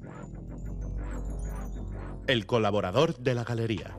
El colaborador de la galería.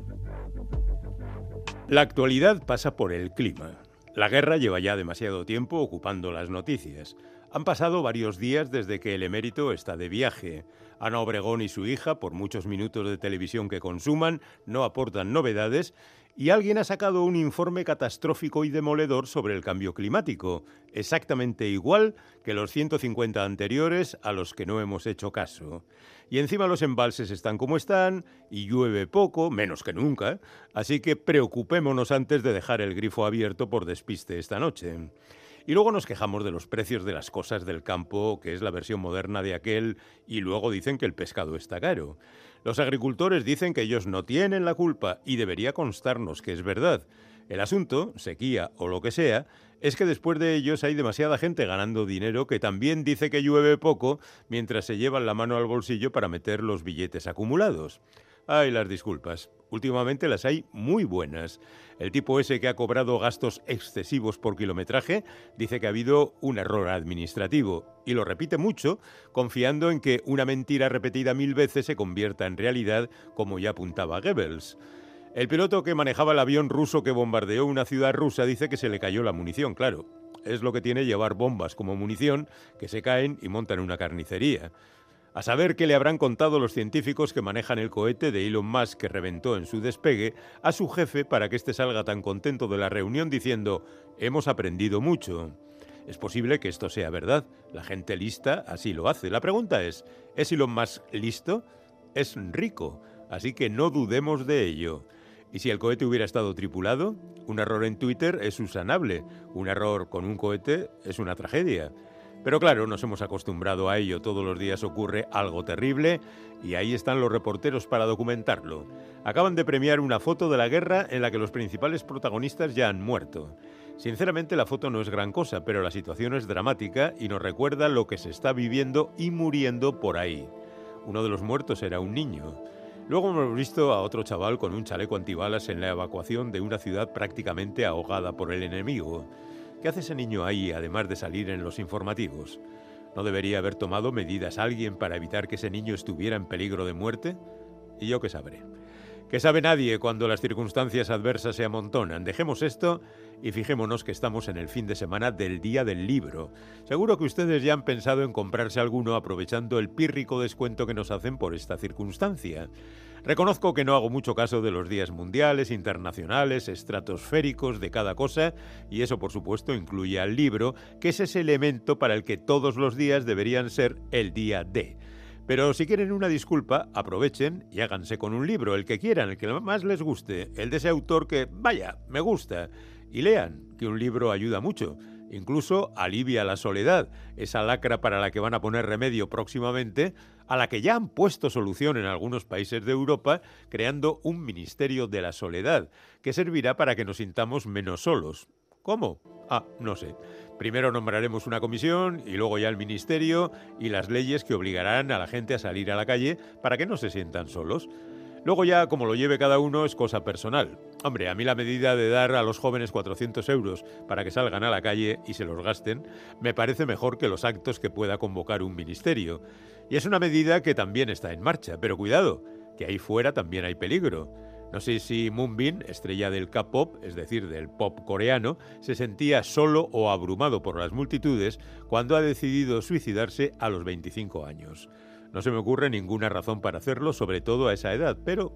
La actualidad pasa por el clima. La guerra lleva ya demasiado tiempo ocupando las noticias. Han pasado varios días desde que el emérito está de viaje. Ana Obregón y su hija, por muchos minutos de televisión que consuman, no aportan novedades y alguien ha sacado un informe catastrófico y demoledor sobre el cambio climático, exactamente igual que los 150 anteriores a los que no hemos hecho caso. Y encima los embalses están como están y llueve poco, menos que nunca, así que preocupémonos antes de dejar el grifo abierto por despiste esta noche. Y luego nos quejamos de los precios de las cosas del campo, que es la versión moderna de aquel, y luego dicen que el pescado está caro. Los agricultores dicen que ellos no tienen la culpa y debería constarnos que es verdad. El asunto, sequía o lo que sea, es que después de ellos hay demasiada gente ganando dinero que también dice que llueve poco mientras se llevan la mano al bolsillo para meter los billetes acumulados. Ay, las disculpas. Últimamente las hay muy buenas. El tipo ese que ha cobrado gastos excesivos por kilometraje dice que ha habido un error administrativo y lo repite mucho, confiando en que una mentira repetida 1000 veces se convierta en realidad, como ya apuntaba Goebbels. El piloto que manejaba el avión ruso que bombardeó una ciudad rusa dice que se le cayó la munición, claro. Es lo que tiene llevar bombas como munición, que se caen y montan una carnicería. A saber qué le habrán contado los científicos que manejan el cohete de Elon Musk que reventó en su despegue a su jefe para que éste salga tan contento de la reunión diciendo «hemos aprendido mucho». Es posible que esto sea verdad. La gente lista así lo hace. La pregunta ¿es Elon Musk listo? Es rico, así que no dudemos de ello. ¿Y si el cohete hubiera estado tripulado? Un error en Twitter es subsanable. Un error con un cohete es una tragedia. Pero claro, nos hemos acostumbrado a ello. Todos los días ocurre algo terrible y ahí están los reporteros para documentarlo. Acaban de premiar una foto de la guerra en la que los principales protagonistas ya han muerto. Sinceramente, la foto no es gran cosa, pero la situación es dramática y nos recuerda lo que se está viviendo y muriendo por ahí. Uno de los muertos era un niño. Luego hemos visto a otro chaval con un chaleco antibalas en la evacuación de una ciudad prácticamente ahogada por el enemigo. ¿Qué hace ese niño ahí, además de salir en los informativos? ¿No debería haber tomado medidas alguien para evitar que ese niño estuviera en peligro de muerte? ¿Y yo qué sabré? ¿Qué sabe nadie cuando las circunstancias adversas se amontonan? Dejemos esto y fijémonos que estamos en el fin de semana del Día del Libro. Seguro que ustedes ya han pensado en comprarse alguno aprovechando el pírrico descuento que nos hacen por esta circunstancia. Reconozco que no hago mucho caso de los días mundiales, internacionales, estratosféricos, de cada cosa, y eso por supuesto incluye al libro, que es ese elemento para el que todos los días deberían ser el día D. Pero si quieren una disculpa, aprovechen y háganse con un libro, el que quieran, el que más les guste, el de ese autor que, vaya, me gusta, y lean, que un libro ayuda mucho. Incluso alivia la soledad, esa lacra para la que van a poner remedio próximamente, a la que ya han puesto solución en algunos países de Europa, creando un Ministerio de la Soledad, que servirá para que nos sintamos menos solos. ¿Cómo? No sé. Primero nombraremos una comisión y luego ya el ministerio y las leyes que obligarán a la gente a salir a la calle para que no se sientan solos. Luego ya, como lo lleve cada uno, es cosa personal. Hombre, a mí la medida de dar a los jóvenes 400 euros para que salgan a la calle y se los gasten, me parece mejor que los actos que pueda convocar un ministerio. Y es una medida que también está en marcha, pero cuidado, que ahí fuera también hay peligro. No sé si Moonbin, estrella del K-pop, es decir, del pop coreano, se sentía solo o abrumado por las multitudes cuando ha decidido suicidarse a los 25 años. No se me ocurre ninguna razón para hacerlo, sobre todo a esa edad, pero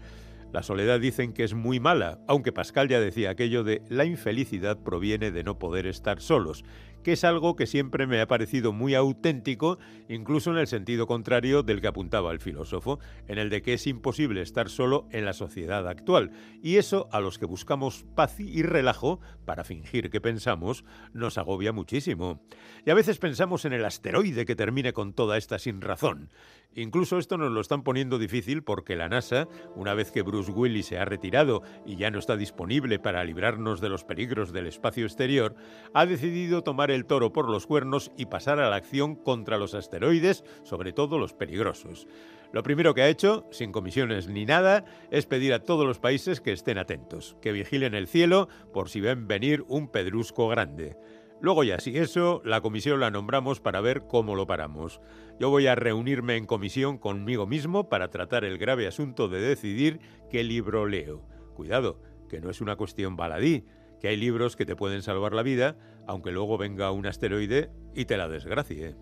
la soledad dicen que es muy mala, aunque Pascal ya decía aquello de la infelicidad proviene de no poder estar solos, que es algo que siempre me ha parecido muy auténtico, incluso en el sentido contrario del que apuntaba el filósofo, en el de que es imposible estar solo en la sociedad actual, y eso a los que buscamos paz y relajo, para fingir que pensamos, nos agobia muchísimo. Y a veces pensamos en el asteroide que termine con toda esta sinrazón. Incluso esto nos lo están poniendo difícil porque la NASA, una vez que Bruce Willis se ha retirado y ya no está disponible para librarnos de los peligros del espacio exterior, ha decidido tomar el toro por los cuernos y pasar a la acción contra los asteroides, sobre todo los peligrosos. Lo primero que ha hecho, sin comisiones ni nada, es pedir a todos los países que estén atentos, que vigilen el cielo por si ven venir un pedrusco grande. Luego ya, si eso, la comisión la nombramos para ver cómo lo paramos. Yo voy a reunirme en comisión conmigo mismo para tratar el grave asunto de decidir qué libro leo. Cuidado, que no es una cuestión baladí, que hay libros que te pueden salvar la vida, aunque luego venga un asteroide y te la desgracie.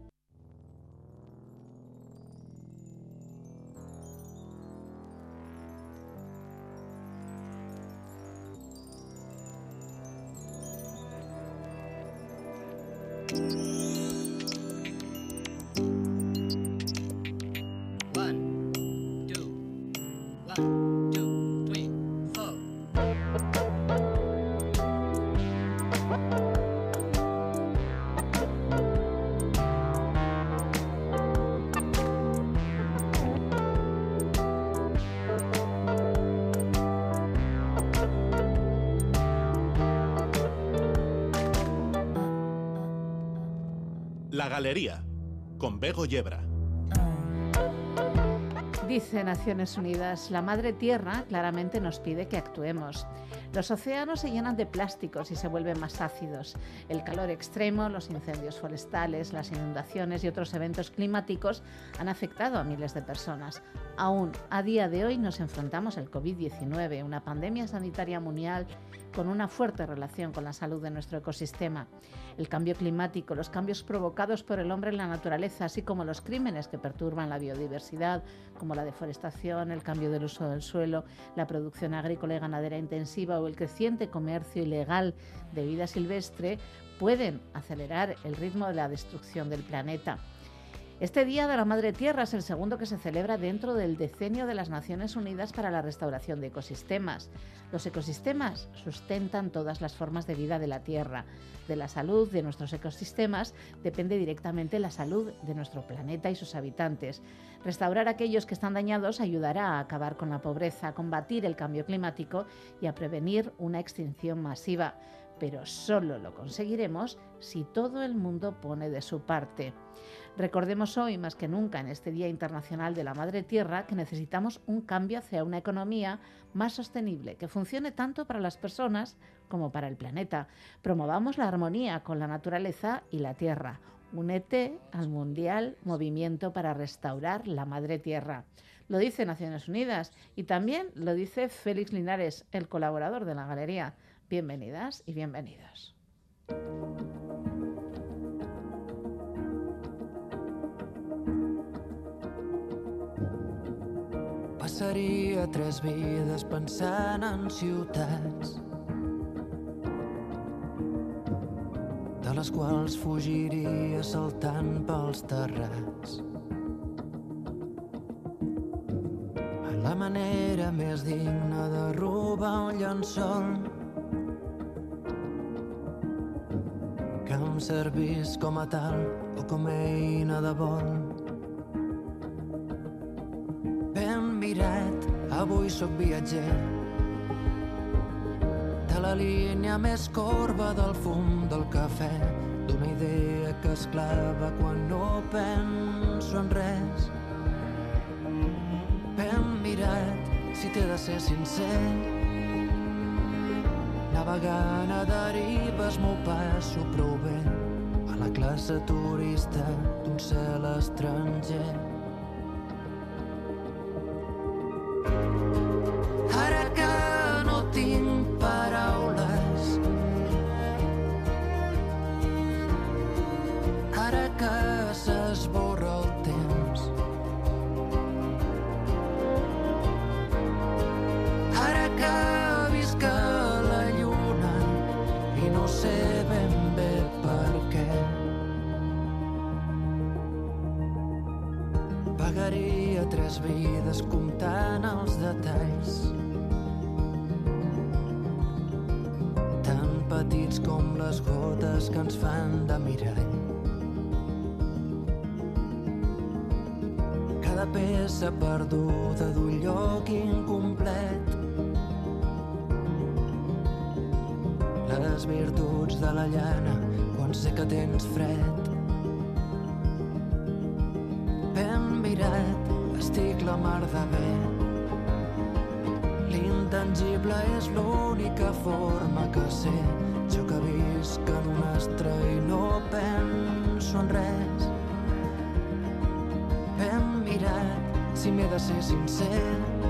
La Galería, con Bego Yebra. Dice Naciones Unidas, la Madre Tierra claramente nos pide que actuemos. Los océanos se llenan de plásticos y se vuelven más ácidos. El calor extremo, los incendios forestales, las inundaciones y otros eventos climáticos han afectado a miles de personas. Aún a día de hoy nos enfrentamos al COVID-19, una pandemia sanitaria mundial con una fuerte relación con la salud de nuestro ecosistema. El cambio climático, los cambios provocados por el hombre en la naturaleza, así como los crímenes que perturban la biodiversidad, como la deforestación, el cambio del uso del suelo, la producción agrícola y ganadera intensiva o el creciente comercio ilegal de vida silvestre, pueden acelerar el ritmo de la destrucción del planeta. Este Día de la Madre Tierra es el segundo que se celebra dentro del Decenio de las Naciones Unidas para la Restauración de Ecosistemas. Los ecosistemas sustentan todas las formas de vida de la Tierra. De la salud de nuestros ecosistemas depende directamente la salud de nuestro planeta y sus habitantes. Restaurar aquellos que están dañados ayudará a acabar con la pobreza, a combatir el cambio climático y a prevenir una extinción masiva. Pero solo lo conseguiremos si todo el mundo pone de su parte. Recordemos hoy, más que nunca, en este Día Internacional de la Madre Tierra, que necesitamos un cambio hacia una economía más sostenible, que funcione tanto para las personas como para el planeta. Promovamos la armonía con la naturaleza y la tierra. Únete al Mundial Movimiento para Restaurar la Madre Tierra. Lo dice Naciones Unidas y también lo dice Félix Linares, el colaborador de la Galería. Bienvenidas y bienvenidos. Passaria 3 vides pensant en ciutats de les quals fugiria saltant pels terrats. A la manera més digna de robar un llençol que em servís com a tal o com a eina de vol. Mirat, avui sóc viatger de la línia més corba del fum del cafè, d'una idea que es clava quan no penso en res. Ben mirat, si t'he de ser sincer, navegant a derives m'ho passo prou bé a la classe turista d'un cel estranger. Pagaria 3 vides comptant els detalls, tan petits com les gotes que ens fan de mirall. Cada peça perduda d'un lloc incomplet, les virtuts de la llana quan sé que tens fred. Estic la mar de bé. L'intangible és l'única forma que sé. Jo que he visc en un astre i no penso en res. Hem mirat, si m'he de ser sincer,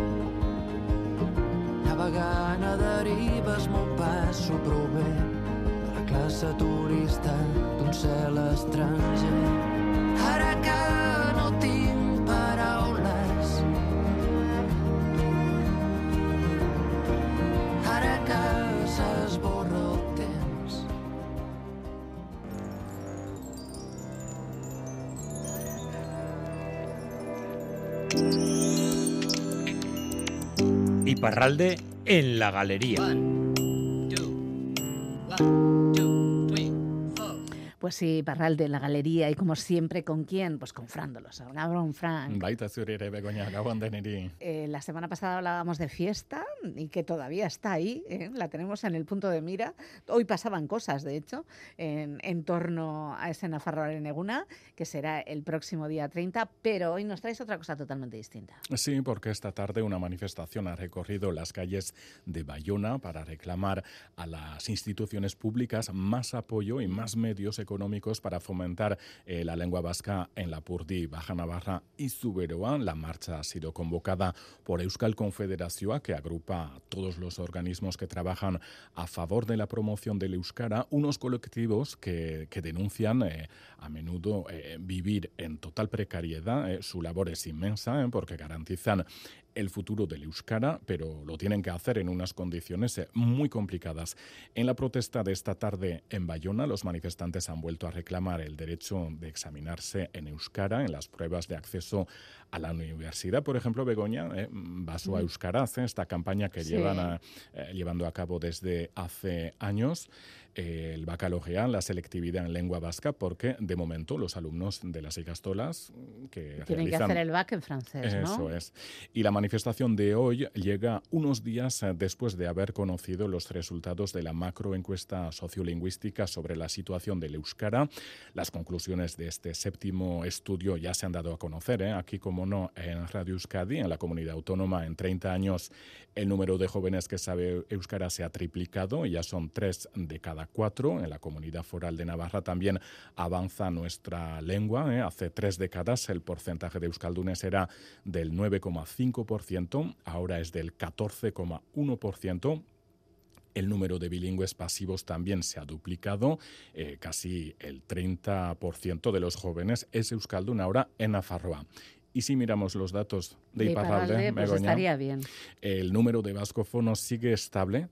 navegant a derives m'ho passo prou bé, de la classe turista d'un cel estranger. Ara que no tinc paraules, ara que s'esborra el temps. Iparralde en la galería. Pues sí, Iparralde en la galería, y como siempre, ¿con quién? Pues con Fran Dolosa, un Frank. Baita zure ere, Begoña, gauan deneri. La semana pasada hablábamos de fiesta y que todavía está ahí, la tenemos en el punto de mira. Hoy pasaban cosas, de hecho, en torno a ese Nafarroaren Eguna, que será el próximo día 30, pero hoy nos traes otra cosa totalmente distinta. Sí, porque esta tarde una manifestación ha recorrido las calles de Bayona para reclamar a las instituciones públicas más apoyo y más medios económicos para fomentar la lengua vasca en Lapurdi, Baja Navarra y Zuberoa. La marcha ha sido convocada por Euskal Confederazioa, que agrupa a todos los organismos que trabajan a favor de la promoción del euskara, unos colectivos que denuncian a menudo vivir en total precariedad. Su labor es inmensa porque garantizan el futuro del euskara, pero lo tienen que hacer en unas condiciones muy complicadas. En la protesta de esta tarde en Bayona, los manifestantes han vuelto a reclamar el derecho de examinarse en euskara en las pruebas de acceso a la universidad. Por ejemplo, Begoña, Basoa Euskaraz, esta campaña que llevan llevando a cabo desde hace años, el baccalaureat, la selectividad en lengua vasca, porque de momento los alumnos de las ikastolas que tienen que hacer el bac en francés, ¿no? Eso es. Y la manifestación de hoy llega unos días después de haber conocido los resultados de la macroencuesta sociolingüística sobre la situación del euskara. Las conclusiones de este séptimo estudio ya se han dado a conocer, aquí como no en Radio Euskadi, en la comunidad autónoma. En 30 años el número de jóvenes que sabe euskara se ha triplicado y ya son 3 de cada 4. En la comunidad foral de Navarra también avanza nuestra lengua. Hace 3 décadas el porcentaje de euskaldunes era del 9,5%, ahora es del 14,1%. El número de bilingües pasivos también se ha duplicado. Casi el 30% de los jóvenes es euskaldun ahora en Nafarroa. Y si miramos los datos de Iparralde, pues Begoña, estaría bien. El número de vascófonos sigue estable,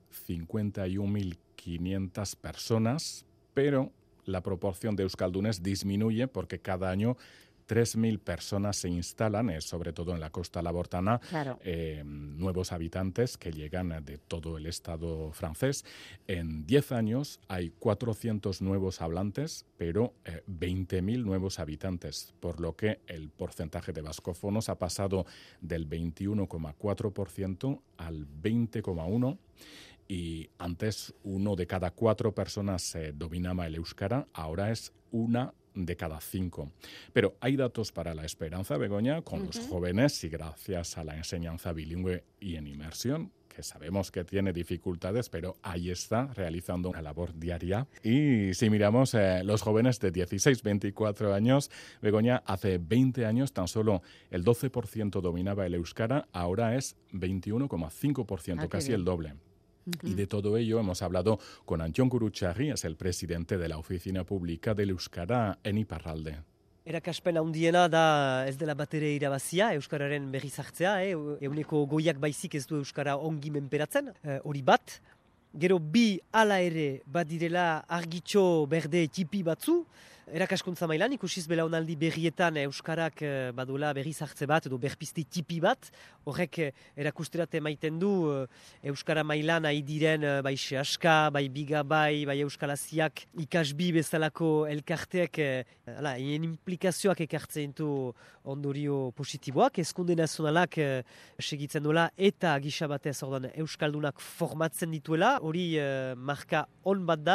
51.500 personas, pero la proporción de euskaldunes disminuye porque cada año 3.000 personas se instalan, sobre todo en la costa labortana, Claro. Nuevos habitantes que llegan de todo el estado francés. En 10 años hay 400 nuevos hablantes, pero 20.000 nuevos habitantes, por lo que el porcentaje de vascófonos ha pasado del 21,4% al 20,1%. Y antes 1 de cada 4 personas dominaba el euskara, ahora es 1 de cada 5. Pero hay datos para la esperanza, Begoña, con los jóvenes y gracias a la enseñanza bilingüe y en inmersión, que sabemos que tiene dificultades, pero ahí está, realizando una labor diaria. Y si miramos los jóvenes de 16, 24 años, Begoña, hace 20 años tan solo el 12% dominaba el euskara, ahora es 21,5%, casi bien. el doble. Y de todo ello hemos hablado con Antxon Gurutxarri, es el presidente de la Oficina Pública del Euskara en Iparralde. Erakaspen handiena da ez dela batere irabazia, euskararen berriz hartzea, euneko goiak baizik ez du euskara ongi menperatzen, hori bat. Gero bi ala ere badirela argitxo berde tipi batzu, erakaskuntza mailan ikusiz belaunaldi berrietan euskarak baduela berriz hartze bat edo berpizte tipi bat, horrek erakusterat emaiten du euskara mailan nahi diren bai sehaska, bai bigabai, bai euskalaziak ikasbi bezalako elkarteak implikazioak ekartzen du ondorio positiboak, hezkunde nazionalak segitzen duela eta gisa batez ordan euskaldunak formatzen dituela, hori marka on bat da.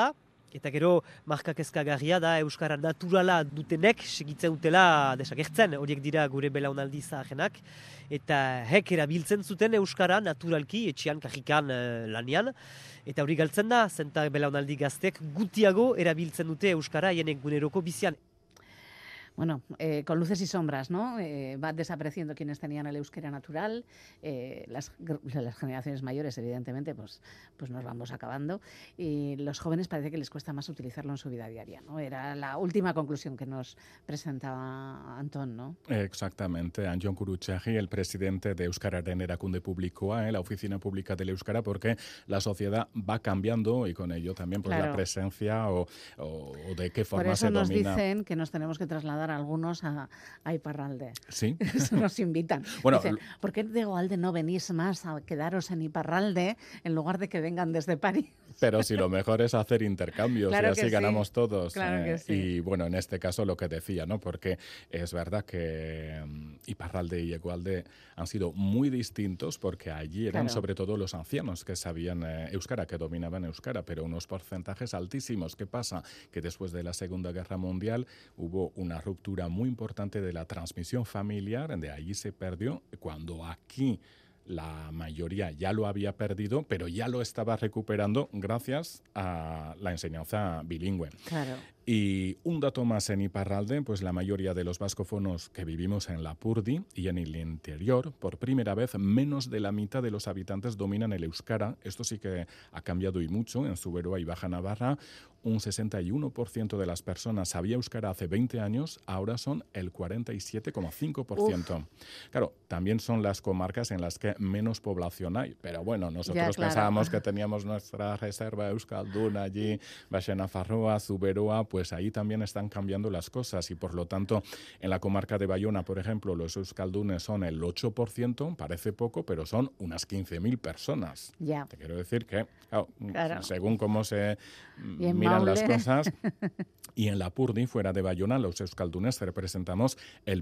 Eta gero, marka kezkagarria da euskara naturala dutenek segitzen dutela desagertzen, horiek dira gure belaunaldi zaharenak, eta hek erabiltzen zuten euskara naturalki, etxean, kajikan, lanian, eta hori galtzen da, zenta belaunaldi gaztek gutiago erabiltzen dute euskara hienek guneroko bizian. Bueno, con luces y sombras, ¿no? Va desapareciendo quienes tenían el euskera natural, las generaciones mayores, evidentemente, pues nos vamos acabando, y los jóvenes parece que les cuesta más utilizarlo en su vida diaria, ¿no? Era la última conclusión que nos presentaba Antón, ¿no? Exactamente, Anjon Kuruchegi, el presidente de Euskararen Erakunde Publikoa, la oficina pública del euskara, porque la sociedad va cambiando y con ello también pues, la presencia o de qué forma se domina. Por eso nos dicen que nos tenemos que trasladar algunos a Iparralde. Sí. Eso nos invitan. Bueno, dicen, ¿por qué de Goalde no venís más a quedaros en Iparralde en lugar de que vengan desde París? Pero si lo mejor es hacer intercambios claro y así ganamos todos. Claro que sí. Y bueno, en este caso lo que decía, ¿no? Porque es verdad que Iparralde y Egualde han sido muy distintos porque allí eran sobre todo los ancianos que sabían euskara, que dominaban euskara, pero unos porcentajes altísimos. ¿Qué pasa? Que después de la Segunda Guerra Mundial hubo una ruptura muy importante de la transmisión familiar, de allí se perdió, cuando aquí la mayoría ya lo había perdido, pero ya lo estaba recuperando gracias a la enseñanza bilingüe. Claro. Y un dato más en Iparralde, pues la mayoría de los vascófonos que vivimos en Lapurdi y en el interior, por primera vez, menos de la mitad de los habitantes dominan el euskara. Esto sí que ha cambiado y mucho en Zuberoa y Baja Navarra. Un 61% de las personas sabía euskara hace 20 años, ahora son el 47,5%. Claro, también son las comarcas en las que menos población hay, pero bueno, nosotros pensábamos que teníamos nuestra reserva Euskaldun allí, Baixena Nafarroa, Zuberoa, pues ahí también están cambiando las cosas y por lo tanto en la comarca de Bayona, por ejemplo, los euskaldunes son el 8%, parece poco, pero son unas 15.000 personas. Ya. Te quiero decir que, claro. Según cómo se miran las cosas, y en Lapurdi, fuera de Bayona, los euskaldunes representamos el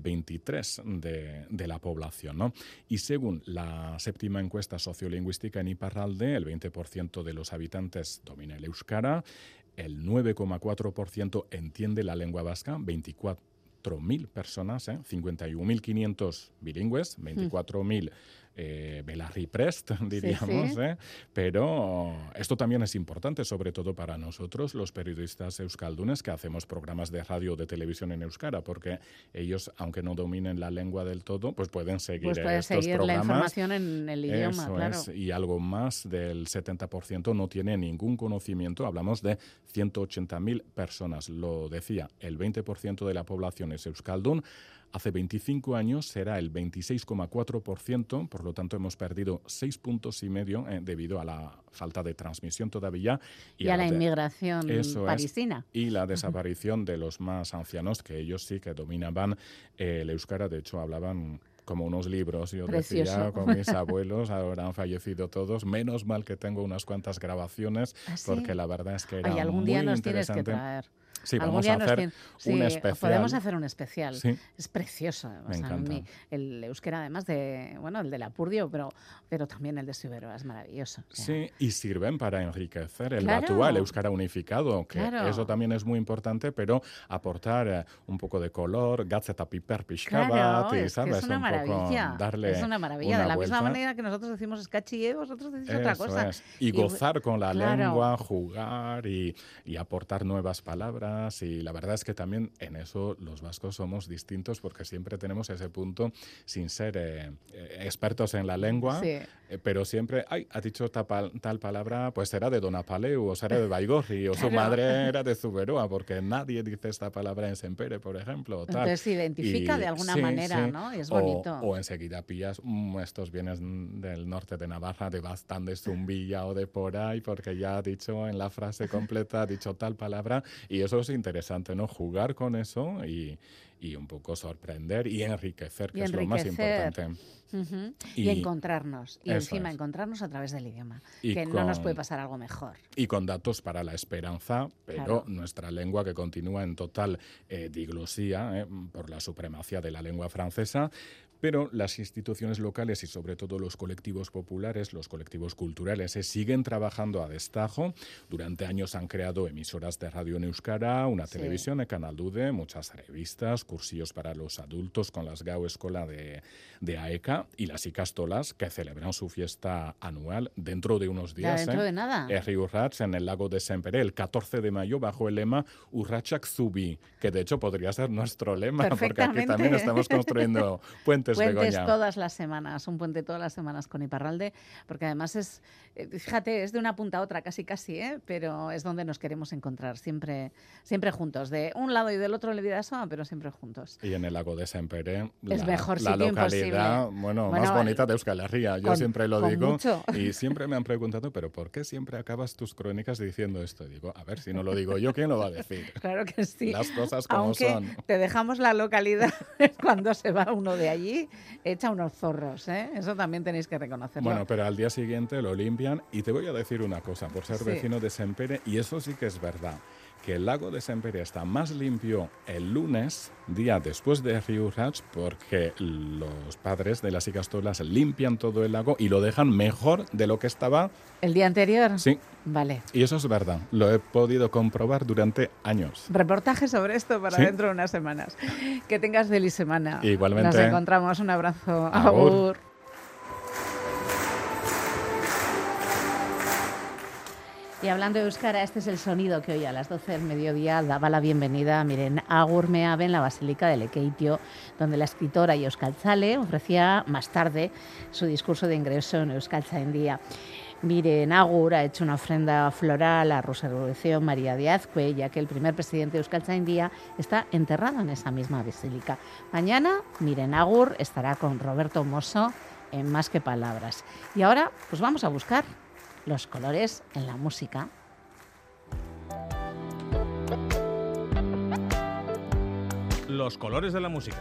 23% de la población, ¿no? Y según la séptima encuesta sociolingüística en Iparralde, el 20% de los habitantes domina el euskara, el 9,4% entiende la lengua vasca, 24.000 personas, 51.500 bilingües, 24.000 Belarri Prest, diríamos, sí. Pero esto también es importante, sobre todo para nosotros, los periodistas euskaldunes que hacemos programas de radio o de televisión en euskara, porque ellos, aunque no dominen la lengua del todo, pues pueden seguir estos programas. La información en el idioma, eso claro. Es, y algo más del 70% no tiene ningún conocimiento. Hablamos de 180.000 personas. Lo decía, el 20% de la población es euskaldun. Hace 25 años será el 26,4%, por lo tanto hemos perdido 6,5 puntos debido a la falta de transmisión todavía. Y a la inmigración parisina. Y la desaparición de los más ancianos, que ellos sí que dominaban el euskara, de hecho hablaban como unos libros, yo decía, con mis abuelos, ahora han fallecido todos, menos mal que tengo unas cuantas grabaciones, porque la verdad es que era muy interesante. Algún día nos tienes que traer. Sí, vamos a hacer un especial. Podemos hacer un especial. Sí. Es precioso. Me encanta. El euskera, además de, el de Lapurdio, pero también el de Zuberoa es maravilloso. Sí, y sirven para enriquecer el batua, el euskara unificado, que eso también es muy importante, pero aportar un poco de color, gatzeta piper pixka bat, y ¿sabes? Es una maravilla. Darle es una maravilla. De la misma manera que nosotros decimos escachi, vosotros decís otra cosa. Es. Y gozar con la lengua, jugar y aportar nuevas palabras. Y la verdad es que también en eso los vascos somos distintos porque siempre tenemos ese punto, sin ser expertos en la lengua, pero siempre, ha dicho tal palabra, pues será de Donapaleu o será de Baigorri o su madre era de Zuberoa, porque nadie dice esta palabra en Sempere, por ejemplo. Tal. Entonces se identifica de alguna manera, ¿no? Y es bonito. O enseguida pillas, estos vienes del norte de Navarra, de Baztán, de Zumbilla o de por ahí, porque ya ha dicho en la frase completa, ha dicho tal palabra, y eso es interesante, ¿no? Jugar con eso y y un poco sorprender y enriquecer, que es lo más importante. Y encontrarnos, y encima es. encontrarnos a través del idioma, Y que no nos puede pasar algo mejor. Y con datos para la esperanza, pero Claro. nuestra lengua que continúa en total diglosía por la supremacía de la lengua francesa. Pero las instituciones locales y sobre todo los colectivos populares, los colectivos culturales, siguen trabajando a destajo. Durante años han creado emisoras de radio en euskara, una televisión, el Canal Dude, muchas revistas, cursillos para los adultos con las Gau Escola de AECA y las Ikastolas, que celebran su fiesta anual dentro de unos días. Ya dentro de nada. Herri Urrats, en el lago de Semperé, el 14 de mayo, bajo el lema Urratsak Zubi, que de hecho podría ser nuestro lema, porque aquí también estamos construyendo puentes, Begoña. Todas las semanas, un puente todas las semanas con Iparralde, porque además es, fíjate, es de una punta a otra casi, pero es donde nos queremos encontrar, siempre juntos, de un lado y del otro el Bidasoa, pero siempre juntos. Y en el lago de Semperé, es mejor la sitio localidad más bonita de Euskal Herria, yo siempre lo digo, mucho. Y siempre me han preguntado, pero ¿por qué siempre acabas tus crónicas diciendo esto? Y digo, a ver, si no lo digo yo, ¿quién lo va a decir? Claro que sí. Las cosas como Aunque son. Te dejamos la localidad cuando se va uno de allí, echa unos zorros, ¿eh? Eso también tenéis que reconocerlo. Bueno, pero al día siguiente lo limpian y te voy a decir una cosa, por ser vecino de Semperé, y eso sí que es verdad, que el lago de Semperé está más limpio el lunes, día después de Riurrats, porque los padres de las Ikastolas limpian todo el lago y lo dejan mejor de lo que estaba. ¿El día anterior? Sí. Vale. Y eso es verdad, lo he podido comprobar durante años. Reportaje sobre esto para dentro de unas semanas. Que tengas feliz semana. Igualmente. Nos encontramos, un abrazo. Agur. Agur. Y hablando de euskara, este es el sonido que hoy a las 12 del mediodía daba la bienvenida a Miren Agurmeave en la Basílica de Lekeitio, donde la escritora y euskaltzale ofrecía más tarde su discurso de ingreso en Euskaltzaindia. Miren Agur ha hecho una ofrenda floral a Resurrección María de Azcue, ya que el primer presidente de Euskaltzaindia está enterrado en esa misma basílica. Mañana Miren Agur estará con Roberto Mosso en Más que Palabras. Y ahora pues vamos a buscar los colores en la música. Los colores de la música.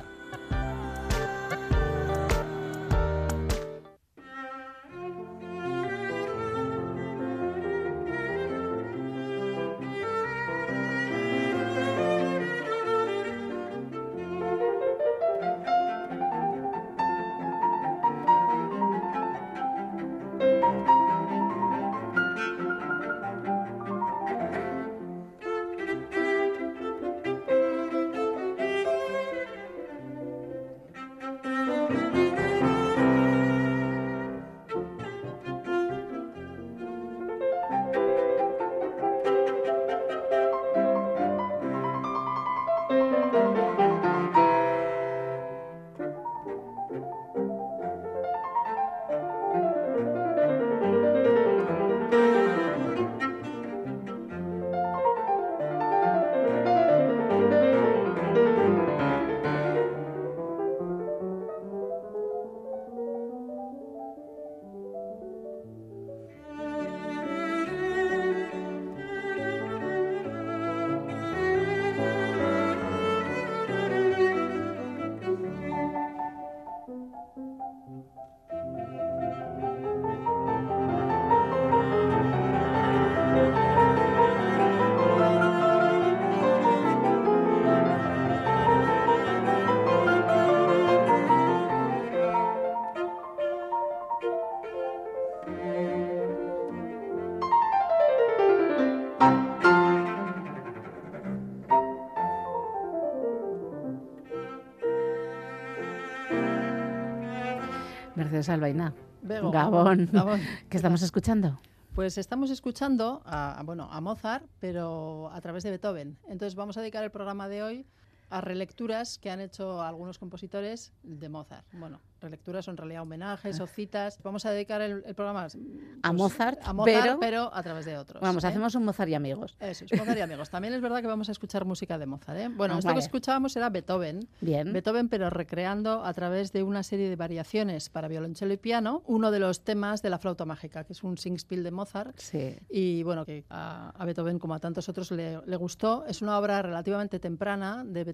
Mercedes Albaina. Bego, Gabón. Gabón. ¿Qué estamos escuchando? Pues estamos escuchando a Mozart, pero a través de Beethoven. Entonces vamos a dedicar el programa de hoy a relecturas que han hecho algunos compositores de Mozart. Bueno, relecturas o en realidad homenajes o citas. Vamos a dedicar el programa pues, a Mozart, pero a través de otros. Vamos, hacemos un Mozart y amigos. Eso es, Mozart y amigos. También es verdad que vamos a escuchar música de Mozart, ¿eh? Bueno, esto que escuchábamos era Beethoven. Bien. Beethoven, pero recreando a través de una serie de variaciones para violonchelo y piano, uno de los temas de la flauta mágica, que es un Singspiel de Mozart. Sí. Y bueno, que a Beethoven, como a tantos otros, le gustó. Es una obra relativamente temprana de Beethoven,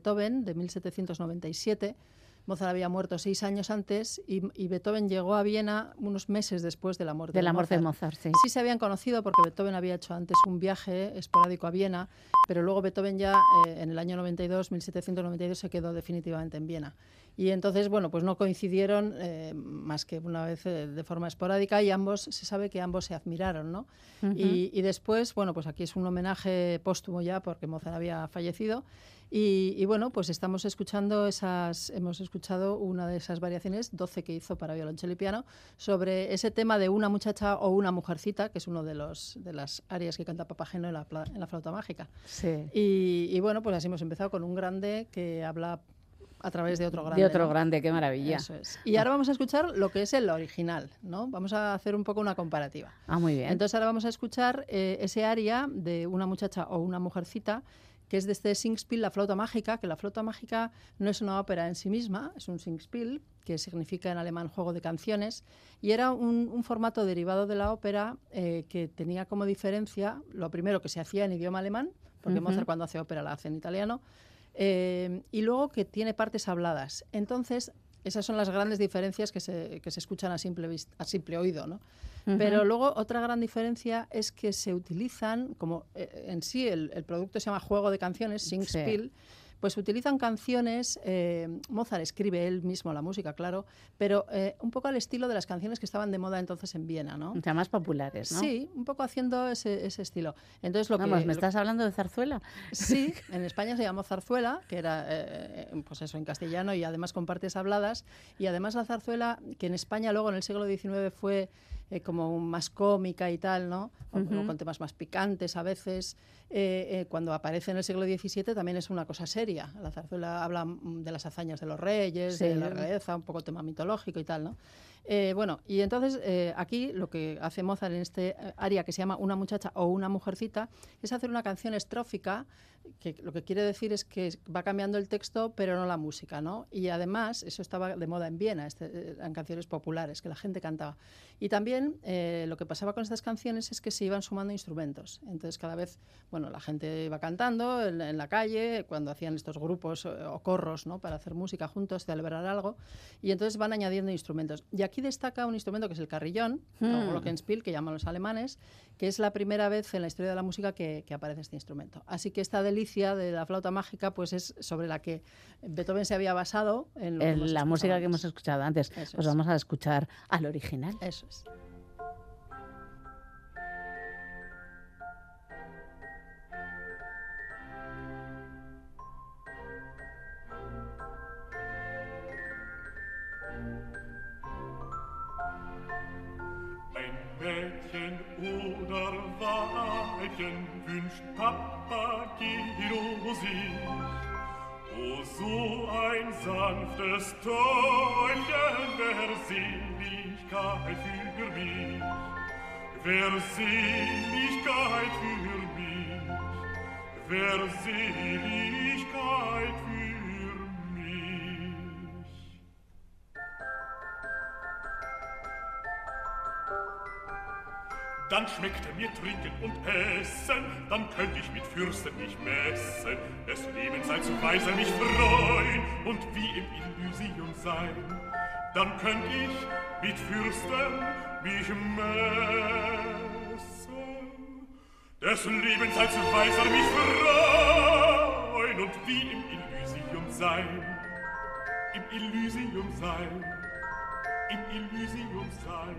Beethoven, de 1797. Mozart había muerto 6 años antes y Beethoven llegó a Viena unos meses después de la muerte de Mozart. De Mozart, sí. Sí se habían conocido porque Beethoven había hecho antes un viaje esporádico a Viena, pero luego Beethoven ya en el año 1792, se quedó definitivamente en Viena. Y entonces, bueno, pues no coincidieron más que una vez de forma esporádica y se sabe que ambos se admiraron, ¿no? Uh-huh. Y después, bueno, pues aquí es un homenaje póstumo ya porque Mozart había fallecido. Y bueno, pues hemos escuchado una de esas variaciones, 12 que hizo para violonchelo y piano, sobre ese tema de una muchacha o una mujercita, que es uno de las arias que canta Papageno en la flauta mágica. Sí. Y bueno, pues así hemos empezado con un grande que habla a través de otro grande. De otro ¿no? grande, qué maravilla. Eso es. Y ahora vamos a escuchar lo que es el original, ¿no? Vamos a hacer un poco una comparativa. Ah, muy bien. Entonces ahora vamos a escuchar ese aria de una muchacha o una mujercita, que es de este Singspiel, la flauta mágica, que la flauta mágica no es una ópera en sí misma, es un Singspiel, que significa en alemán juego de canciones, y era un formato derivado de la ópera que tenía como diferencia, lo primero, que se hacía en idioma alemán, porque Uh-huh. Mozart cuando hace ópera la hace en italiano, y luego que tiene partes habladas. Entonces, esas son las grandes diferencias que se escuchan a simple oído, ¿no? Uh-huh. Pero luego otra gran diferencia es que se utilizan, como en sí el producto se llama juego de canciones, Singspiel, sí. Pues utilizan canciones, Mozart escribe él mismo la música, claro, pero un poco al estilo de las canciones que estaban de moda entonces en Viena, ¿no? O sea, más populares, ¿no? Sí, un poco haciendo ese estilo. Entonces, ¿me estás hablando de zarzuela? Sí, en España se llamó zarzuela, que era, pues eso, en castellano y además con partes habladas. Y además la zarzuela, que en España luego en el siglo XIX fue como más cómica y tal, ¿no? Uh-huh. Con temas más picantes a veces. Cuando aparece en el siglo XVII también es una cosa seria. La zarzuela habla de las hazañas de los reyes, sí, de la realeza, un poco tema mitológico y tal, ¿no? Bueno, y entonces aquí lo que hace Mozart en este aria que se llama Una muchacha o una mujercita es hacer una canción estrófica, que lo que quiere decir es que va cambiando el texto pero no la música, ¿no? Y además eso estaba de moda en Viena, en canciones populares que la gente cantaba. Y también lo que pasaba con estas canciones es que se iban sumando instrumentos. Entonces cada vez, bueno, la gente iba cantando en la calle, cuando hacían estos grupos o corros, ¿no? Para hacer música juntos, celebrar algo, y entonces van añadiendo instrumentos. Y aquí destaca un instrumento que es el carrillón, o glockenspiel, que llaman los alemanes, que es la primera vez en la historia de la música que aparece este instrumento. Así que esta delicia de la flauta mágica pues es sobre la que Beethoven se había basado en la música que hemos escuchado antes. Eso pues es. Vamos a escuchar al original. Eso es. Mädchen oder Weibchen wünscht Papageno sich. Oh, so ein sanftes Täubchen, wär Seligkeit für mich. Wär Seligkeit für mich. Wär Seligkeit für mich. Dann schmeckte mir Trinken und Essen, dann könnt ich mit Fürsten mich messen, des Lebens sei zu Weise mich freuen und wie im Elysium sein. Dann könnt ich mit Fürsten mich messen, des Lebens sei zu Weise mich freuen und wie im Elysium sein. Im Elysium sein. Im Elysium sein.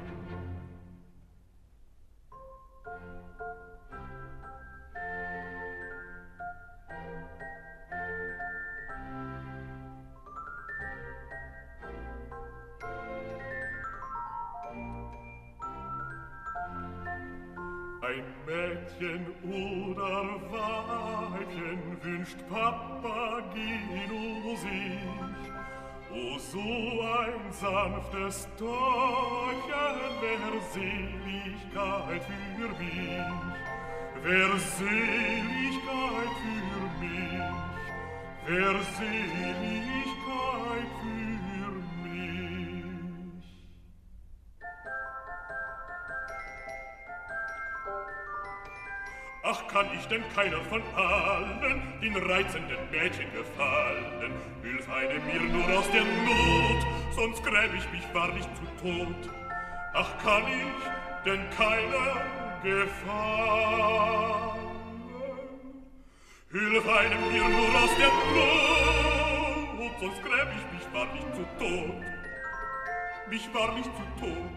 Ein Mädchen oder Weibchen wünscht Papageno sich. Oh, so ein sanftes Täubchen wär Seligkeit für mich. Wär Seligkeit für mich. Wär Seligkeit für mich. Ach, kann ich denn keiner von allen den reizenden Mädchen gefallen? Hilf eine mir nur aus der Not, sonst gräb ich mich wahrlich zu Tod. Ach, kann ich denn keiner gefallen? Hilf einem mir nur aus der Not, sonst gräb ich mich wahrlich zu Tod. Mich wahrlich zu Tod.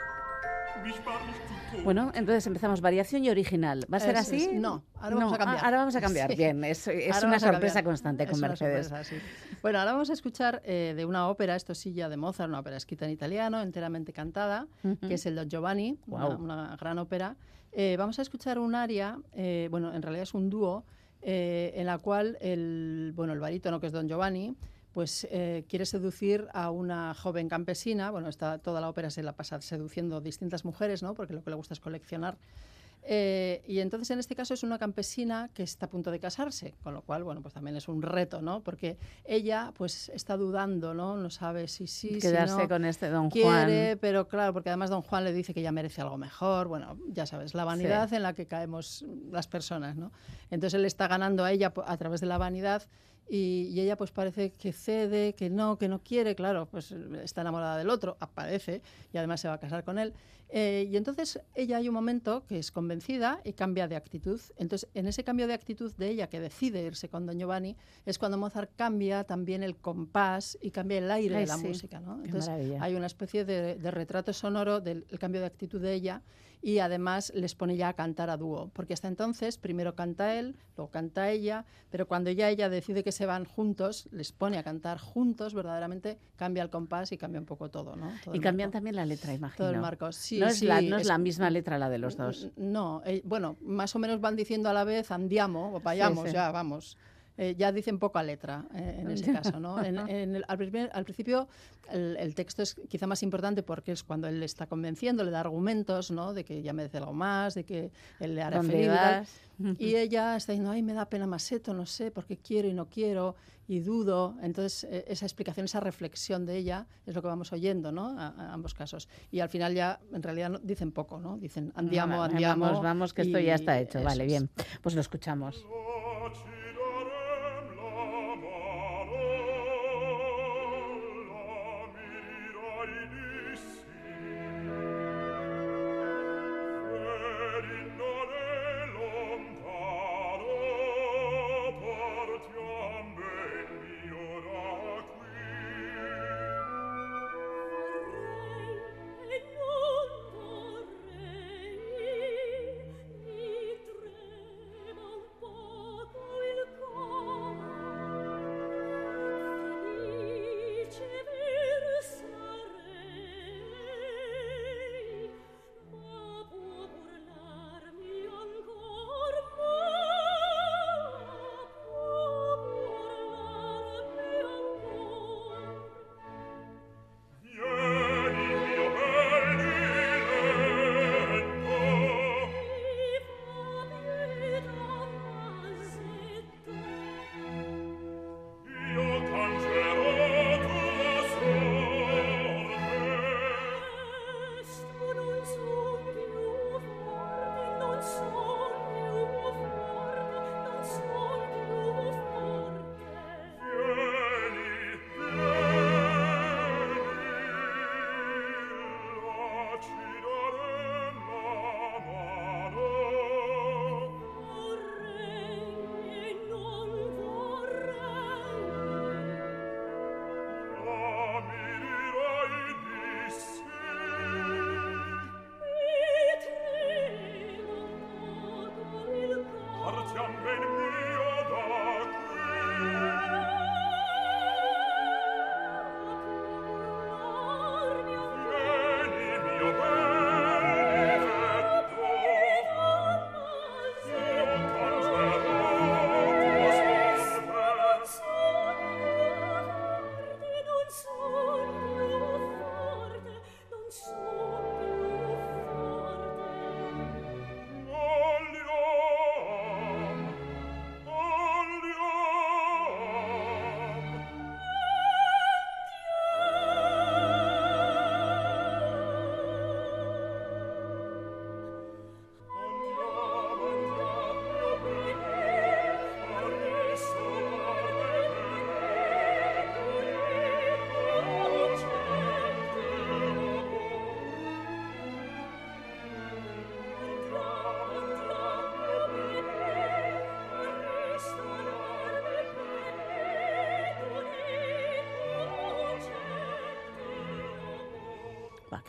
Bueno, entonces empezamos variación y original. ¿Va a ser así? No, ahora vamos a cambiar. Ahora vamos a cambiar. Sí. Bien, es una sorpresa constante con Mercedes. Sorpresa, sí. Bueno, ahora vamos a escuchar de una ópera, esto sí ya de Mozart, una ópera escrita en italiano, enteramente cantada, que es el Don Giovanni, una gran ópera. Vamos a escuchar un aria, bueno, en realidad es un dúo, en la cual el barítono, que es Don Giovanni, pues quiere seducir a una joven campesina. Bueno, toda la ópera se la pasa seduciendo a distintas mujeres, ¿no? Porque lo que le gusta es coleccionar. Y entonces en este caso es una campesina que está a punto de casarse, con lo cual, bueno, pues también es un reto, ¿no? Porque ella pues está dudando, ¿no? No sabe si quedarse si no, con este Don quiere, Juan. Pero claro, porque además Don Juan le dice que ella merece algo mejor. Bueno, ya sabes, la vanidad sí. en la que caemos las personas, ¿no? Entonces él está ganando a ella a través de la vanidad. Y ella pues parece que cede, que no quiere, claro, pues está enamorada del otro, aparece, y además se va a casar con él. Y entonces ella hay un momento que es convencida y cambia de actitud. Entonces en ese cambio de actitud de ella, que decide irse con Don Giovanni, es cuando Mozart cambia también el compás y cambia el aire de la música, ¿no? Entonces hay una especie de retrato sonoro del cambio de actitud de ella, y además les pone ya a cantar a dúo, porque hasta entonces primero canta él, luego canta ella, pero cuando ya ella decide que se van juntos, les pone a cantar juntos, verdaderamente cambia el compás y cambia un poco todo, ¿no? Todo y cambian también la letra, imagino. Todo el marco, sí. No es la misma letra la de los dos. No, bueno, más o menos van diciendo a la vez andiamo, o vayamos, sí. Ya, vamos. Ya dicen poca letra en ese caso, ¿no? Al principio el texto es quizá más importante porque es cuando él le está convenciendo, le da argumentos, ¿no? De que ya merece algo más, de que él le hará feliz. Y ella está diciendo, ay, me da pena Masetto, no sé, porque quiero y no quiero y dudo. Entonces esa explicación, esa reflexión de ella es lo que vamos oyendo, ¿no? A ambos casos. Y al final ya en realidad dicen poco, ¿no? Dicen andiamo. Vamos, que esto ya está hecho. Vale, bien. Pues lo escuchamos.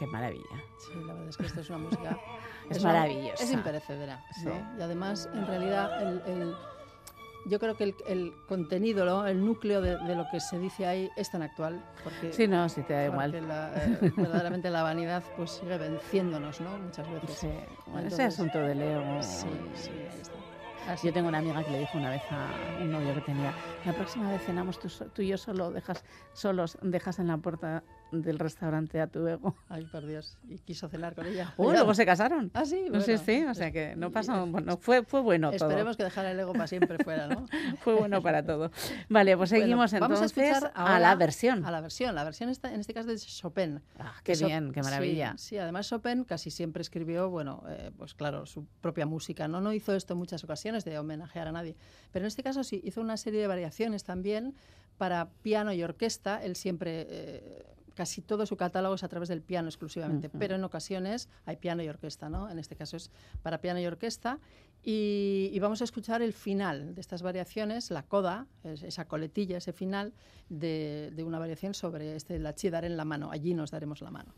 qué maravilla. Sí, la verdad es que esto es una música... Es maravillosa. Es imperecedera, Sí. ¿no? Y además, en realidad, yo creo que el contenido, ¿no? El núcleo de lo que se dice ahí es tan actual. Porque, Sí, no, sí te da igual. porque verdaderamente la vanidad pues sigue venciéndonos, ¿no? Muchas veces. Sí, bueno, ese Entonces, asunto del ego. Sí, ahí está. Así. Yo tengo una amiga que le dijo una vez a un novio que tenía: la próxima vez cenamos tú y yo dejas en la puerta del restaurante a tu ego. Ay, por Dios. Y quiso cenar con ella. Luego se casaron. Ah, sí, No bueno. sé, o sea que no pasó, bueno, fue bueno todo. Esperemos que dejara el ego para siempre fuera, ¿no? Fue bueno para todo. Vale, pues seguimos Bueno, vamos a entonces escuchar a ahora la versión. A la versión. La versión está, en este caso, de Chopin. Ah, qué bien, qué maravilla. Sí, además Chopin casi siempre escribió, bueno, pues claro, su propia música. No hizo esto en muchas ocasiones de homenajear a nadie. Pero en este caso sí, hizo una serie de variaciones también para piano y orquesta. Él siempre... casi todo su catálogo es a través del piano exclusivamente, pero en ocasiones hay piano y orquesta, ¿no? En este caso es para piano y orquesta. Y vamos a escuchar el final de estas variaciones, la coda, esa coletilla, ese final de una variación sobre la ci daré en la mano, allí nos daremos la mano.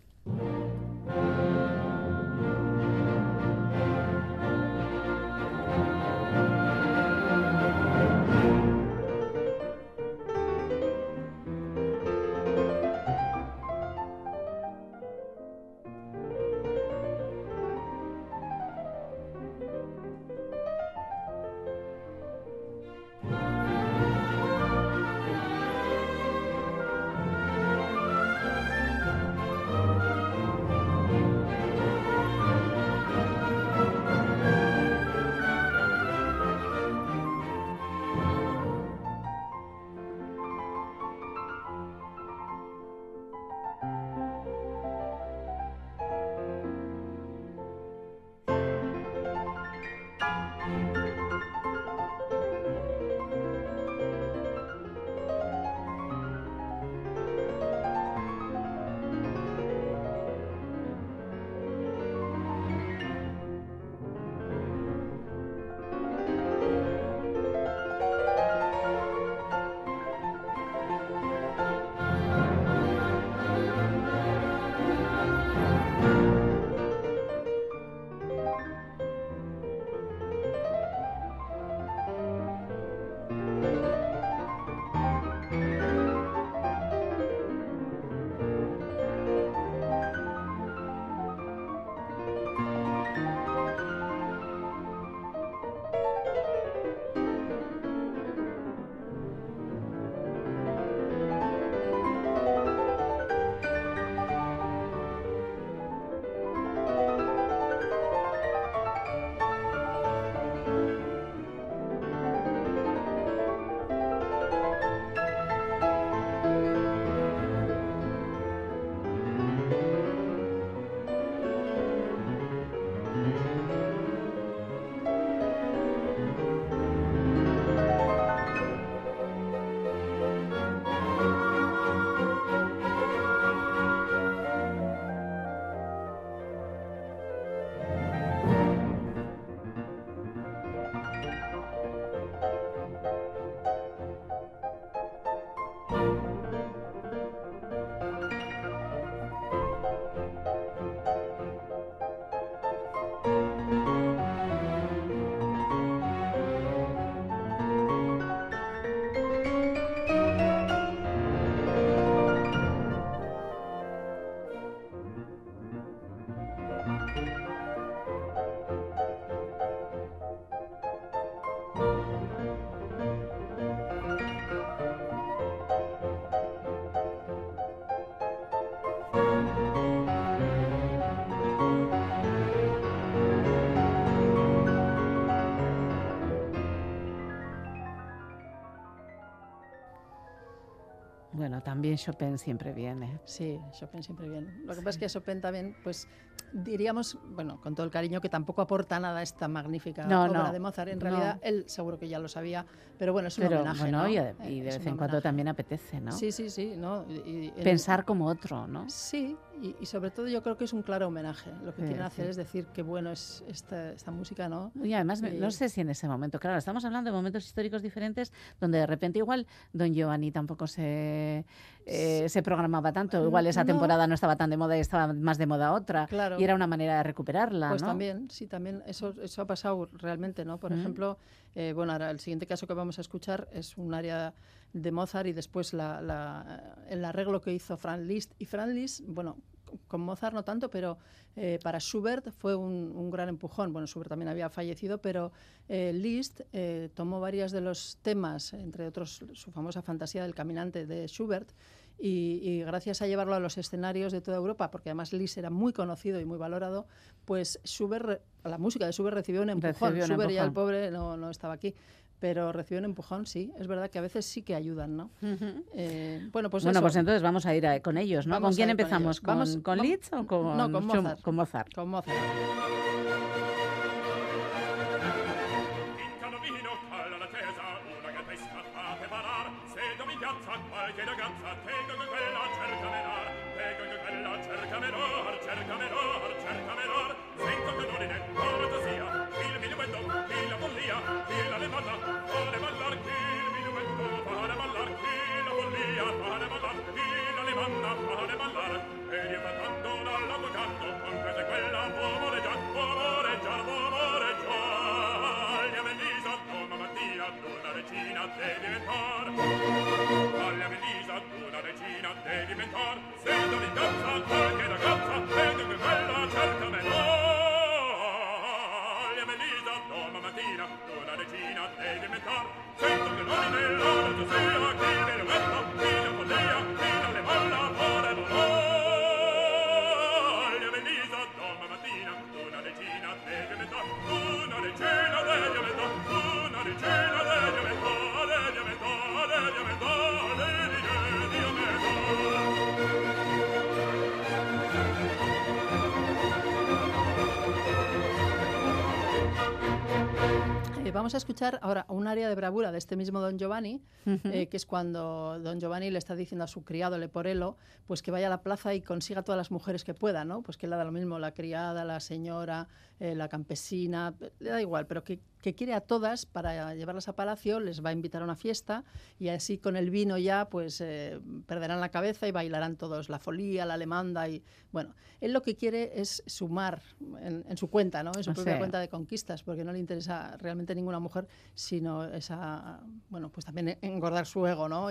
Bueno, también Chopin siempre viene. Sí, Chopin siempre viene. Lo que pasa es que Chopin también, pues diríamos, bueno, con todo el cariño, que tampoco aporta nada a esta magnífica obra de Mozart. En realidad, él seguro que ya lo sabía, pero bueno, es un homenaje, bueno, ¿no? Y de vez en cuando también apetece, ¿no? Sí, ¿no? Pensar como otro, ¿no? Sí, y sobre todo yo creo que es un claro homenaje. Lo que quieren hacer es decir que bueno es esta música, ¿no? Y además, no sé si en ese momento, claro, estamos hablando de momentos históricos diferentes donde de repente igual Don Giovanni tampoco se programaba tanto, igual esa temporada no estaba tan de moda y estaba más de moda otra, claro. Y era una manera de recuperarla, pues ¿no? También, sí, también eso ha pasado realmente, ¿no? Por ejemplo, bueno, ahora el siguiente caso que vamos a escuchar es un área de Mozart y después el arreglo que hizo Franz Liszt. Y Franz Liszt, bueno, con Mozart no tanto, pero para Schubert fue un gran empujón. Bueno, Schubert también había fallecido, pero Liszt tomó varios de los temas, entre otros su famosa Fantasía del Caminante de Schubert, y gracias a llevarlo a los escenarios de toda Europa, porque además Liszt era muy conocido y muy valorado, pues la música de Schubert recibió un empujón. Schubert ya el pobre no estaba aquí. Pero recibió un empujón, sí. Es verdad que a veces sí que ayudan, ¿no? Bueno, pues entonces vamos a ir con ellos, ¿no? ¿Con quién empezamos? ¿Con Liszt o con Mozart? Con Mozart. Con Mozart. Vamos a escuchar ahora un área de bravura de este mismo Don Giovanni, que es cuando Don Giovanni le está diciendo a su criado Leporello, pues que vaya a la plaza y consiga todas las mujeres que pueda, ¿no? Pues que le da lo mismo la criada, la señora, la campesina, le da igual, pero que quiere a todas para llevarlas a palacio, les va a invitar a una fiesta y así con el vino ya pues perderán la cabeza y bailarán todos la folía, la alemanda y bueno, él lo que quiere es sumar en su cuenta, ¿no? En su propia cuenta de conquistas, porque no le interesa realmente ninguna mujer, sino bueno, pues también engordar su ego, ¿no?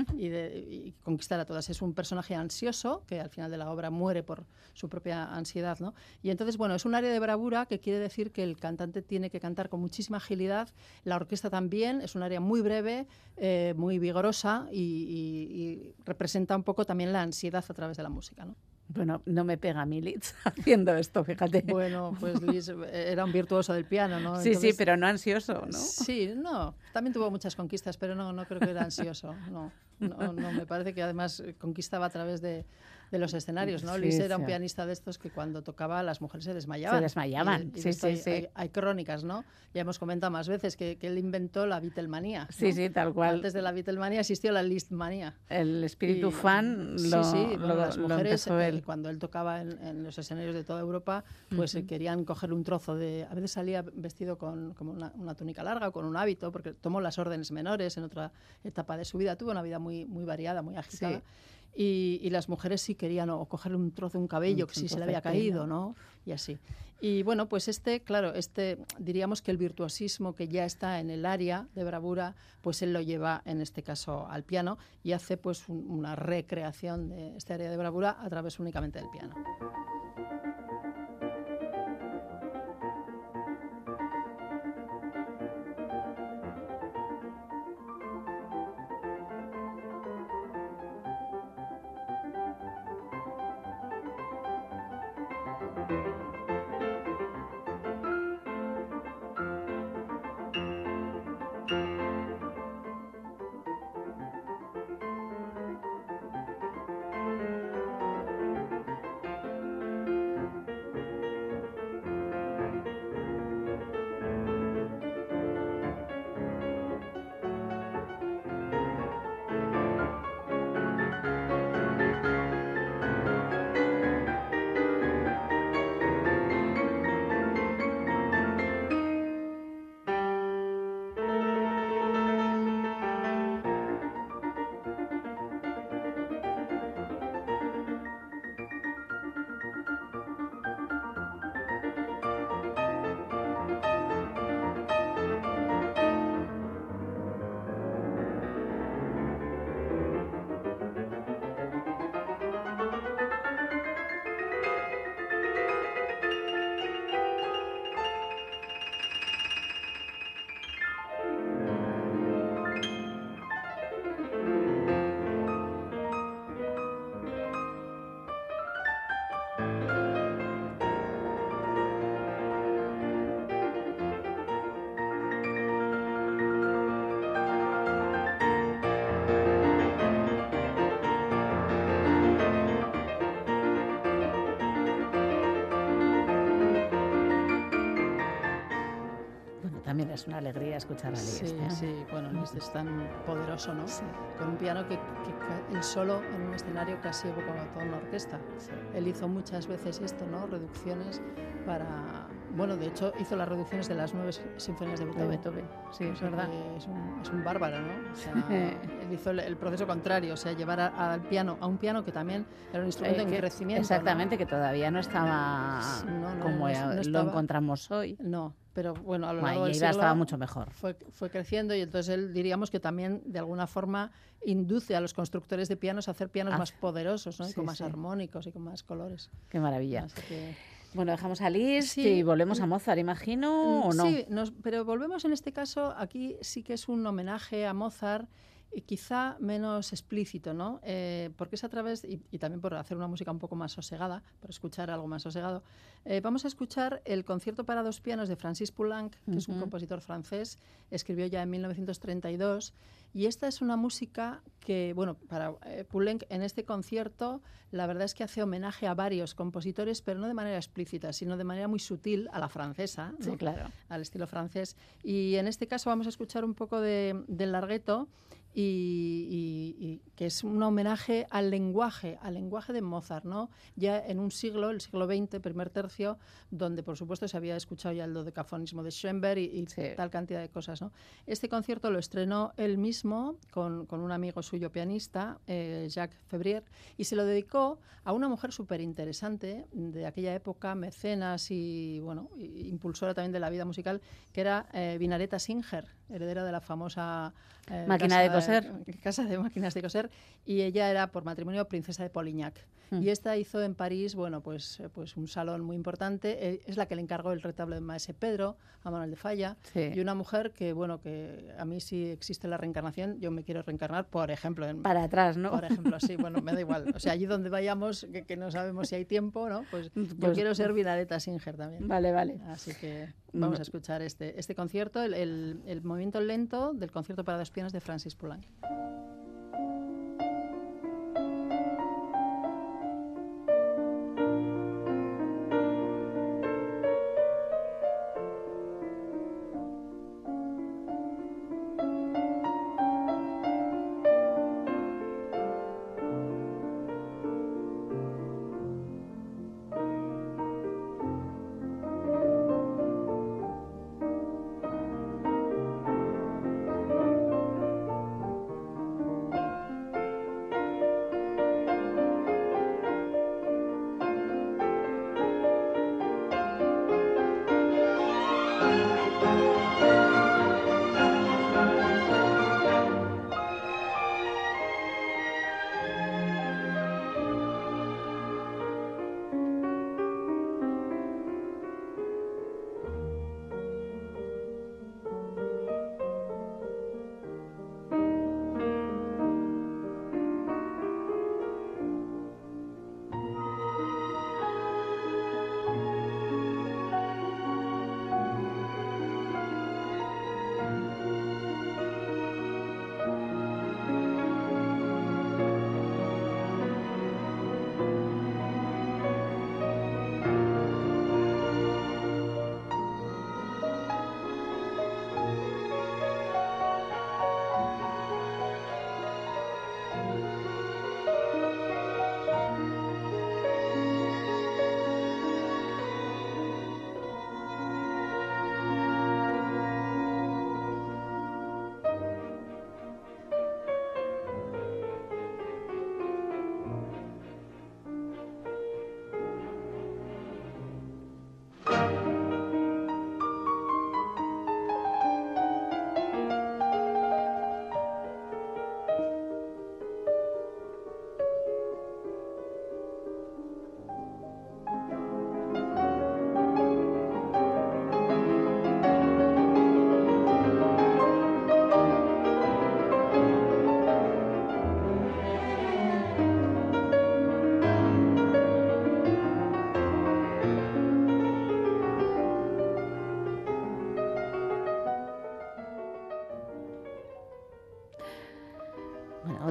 Y conquistar a todas. Es un personaje ansioso que al final de la obra muere por su propia ansiedad, ¿no? Y entonces, bueno, es un área de bravura que quiere decir que el cantante tiene que cantar con muchísima agilidad, la orquesta también, es un área muy breve, muy vigorosa y representa un poco también la ansiedad a través de la música, ¿no? Bueno, no me pega a mí Liszt haciendo esto, fíjate. Bueno, pues Liszt era un virtuoso del piano, ¿no? Sí, entonces, sí, pero no ansioso, ¿no? Sí, no, también tuvo muchas conquistas, pero no creo que era ansioso, no, me parece que además conquistaba a través de los escenarios, ¿no? Sí, Liszt era un pianista de estos que cuando tocaba las mujeres se desmayaban. Se desmayaban, sí. Hay crónicas, ¿no? Ya hemos comentado más veces que él inventó la Beatlemanía, ¿no? Sí, tal cual. Antes de la Beatlemanía existió la Lisztmanía. El espíritu fan las mujeres, empezó él. Cuando él tocaba en los escenarios de toda Europa, pues querían coger un trozo de... A veces salía vestido con como una túnica larga o con un hábito, porque tomó las órdenes menores en otra etapa de su vida. Tuvo una vida muy, muy variada, muy agitada. Sí. Y las mujeres sí querían o coger un trozo de un cabello que sí se le había caído, ¿no? Y así. Y bueno, pues diríamos que el virtuosismo que ya está en el área de bravura, pues él lo lleva en este caso al piano y hace pues una recreación de este área de bravura a través únicamente del piano. También es una alegría escuchar a Liszt. Sí, sí, bueno, Liszt es tan poderoso, ¿no? Sí. Con un piano que él solo en un escenario casi evocaba toda una orquesta. Sí. Él hizo muchas veces esto, ¿no? Reducciones para... Bueno, de hecho, hizo las reducciones de las 9 sinfonías de Beethoven. Sí, es O sea verdad. que es un bárbaro, ¿no? O sea, él hizo el proceso contrario, o sea, llevar al piano, a un piano que también era un instrumento en crecimiento. Exactamente, ¿no? que todavía no estaba como no lo encontramos hoy. No, pero bueno, a lo largo del Y siglo estaba mucho mejor. fue creciendo y entonces él diríamos que también de alguna forma induce a los constructores de pianos a hacer pianos más poderosos, ¿no? Y con más armónicos y con más colores. Qué maravilla. Así que... Bueno, dejamos a Liszt y volvemos a Mozart, imagino, ¿o no? Sí, pero volvemos en este caso, aquí sí que es un homenaje a Mozart, quizá menos explícito, ¿no? Porque es a través, y también por hacer una música un poco más sosegada, por escuchar algo más sosegado, vamos a escuchar el concierto para dos pianos de Francis Poulenc, que es un compositor francés, escribió ya en 1932, y esta es una música que, bueno, para Poulenc en este concierto la verdad es que hace homenaje a varios compositores, pero no de manera explícita, sino de manera muy sutil a la francesa, ¿no? Sí, claro. Al estilo francés. Y en este caso vamos a escuchar un poco del largueto, y que es un homenaje al lenguaje de Mozart, ¿no? Ya en un siglo, el siglo XX, primer tercio, donde por supuesto se había escuchado ya el dodecafonismo de Schoenberg y tal cantidad de cosas, ¿no? Este concierto lo estrenó él mismo con un amigo suyo pianista, Jacques Février, y se lo dedicó a una mujer súper interesante de aquella época, mecenas y bueno, impulsora también de la vida musical, que era Vinaretta Singer, heredera de la famosa máquina de coser. Casa de máquinas de coser, y ella era por matrimonio princesa de Polignac. Y esta hizo en París, bueno, pues un salón muy importante. Es la que le encargó el retablo de Maese Pedro a Manuel de Falla. Sí. Y una mujer que, bueno, que a mí si existe la reencarnación, yo me quiero reencarnar, por ejemplo. Para atrás, ¿no? Por ejemplo, sí, bueno, me da igual. O sea, allí donde vayamos, que no sabemos si hay tiempo, ¿no? Pues yo quiero ser Vinaretta Singer también. Vale, vale. Así que vamos a escuchar este concierto, el movimiento lento del concierto para dos pianos de Francis Poulenc.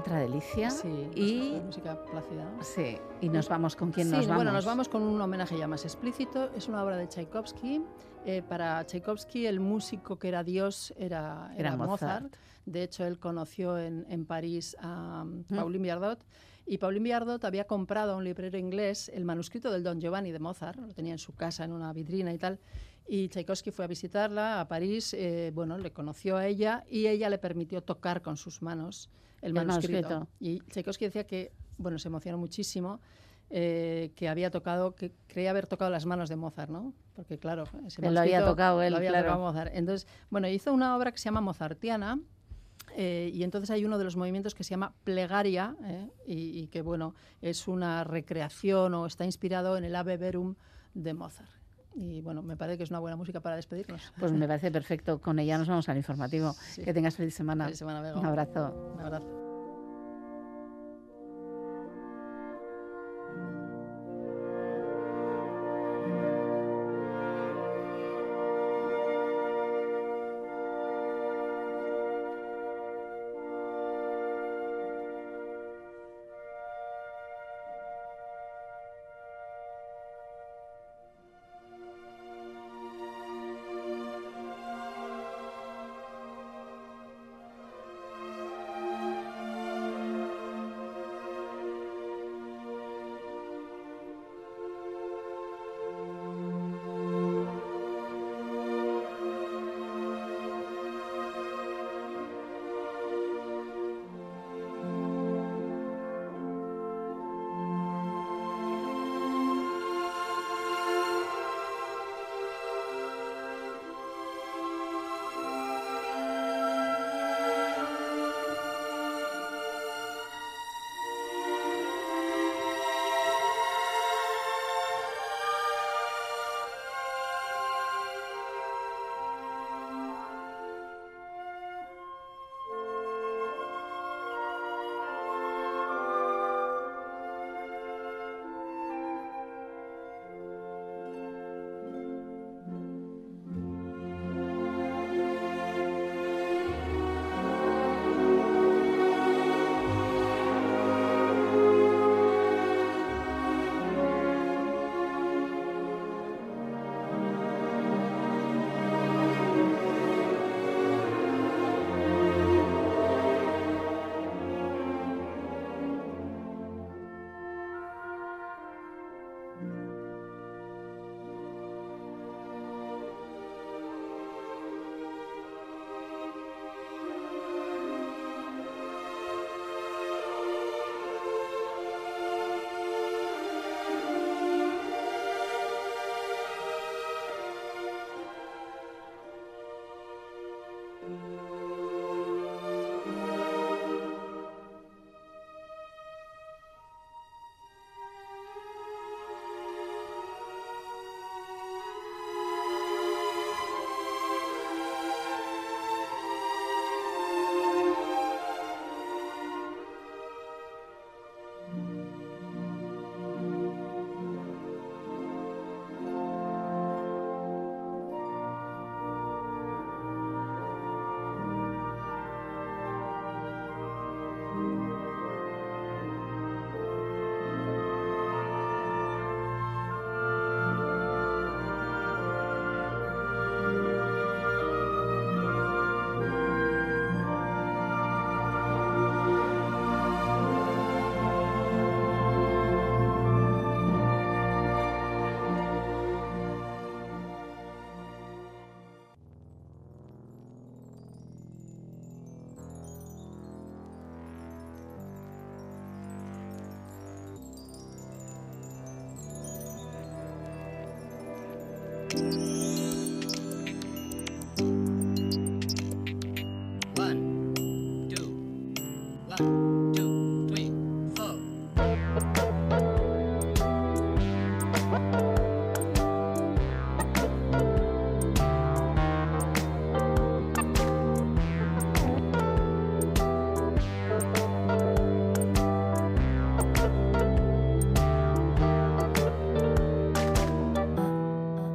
otra delicia. Sí, y música plácida, ¿no? Sí, y nos vamos, ¿con quién nos vamos? Bueno, nos vamos con un homenaje ya más explícito. Es una obra de Tchaikovsky. Para Tchaikovsky el músico que era Dios era Mozart. De hecho, él conoció en París a Pauline Viardot. Y Pauline Viardot había comprado a un librero inglés el manuscrito del Don Giovanni de Mozart, lo tenía en su casa, en una vitrina y tal, y Tchaikovsky fue a visitarla a París, le conoció a ella y ella le permitió tocar con sus manos el manuscrito. Y Tchaikovsky decía que, se emocionó muchísimo, que creía haber tocado las manos de Mozart, ¿no? Porque claro, ese manuscrito lo había tocado él, tocado Mozart. Entonces, hizo una obra que se llama Mozartiana. Y entonces hay uno de los movimientos que se llama Plegaria y que es una recreación o está inspirado en el Ave Verum de Mozart. Y me parece que es una buena música para despedirnos. Pues me parece perfecto. Con ella nos vamos al informativo. Sí. Que tengas feliz semana. Feliz semana, Bego. Un abrazo. Un abrazo.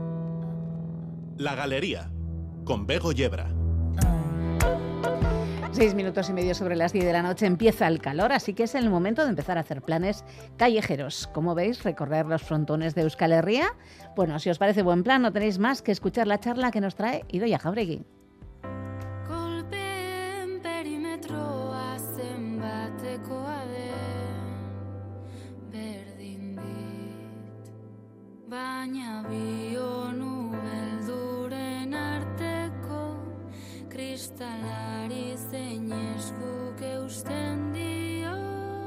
La Galería, con Bego Yebra. 6 minutos y medio sobre las 10 de la noche empieza el calor, así que es el momento de empezar a hacer planes callejeros. Como veis, recorrer los frontones de Euskal Herria. Bueno, si os parece buen plan, no tenéis más que escuchar la charla que nos trae Idoia Jauregui. Kolpeen perimetroa zenbatekoa den berdin dit, baina bi onu belduren arteko kristalari zein eskuk eusten dio.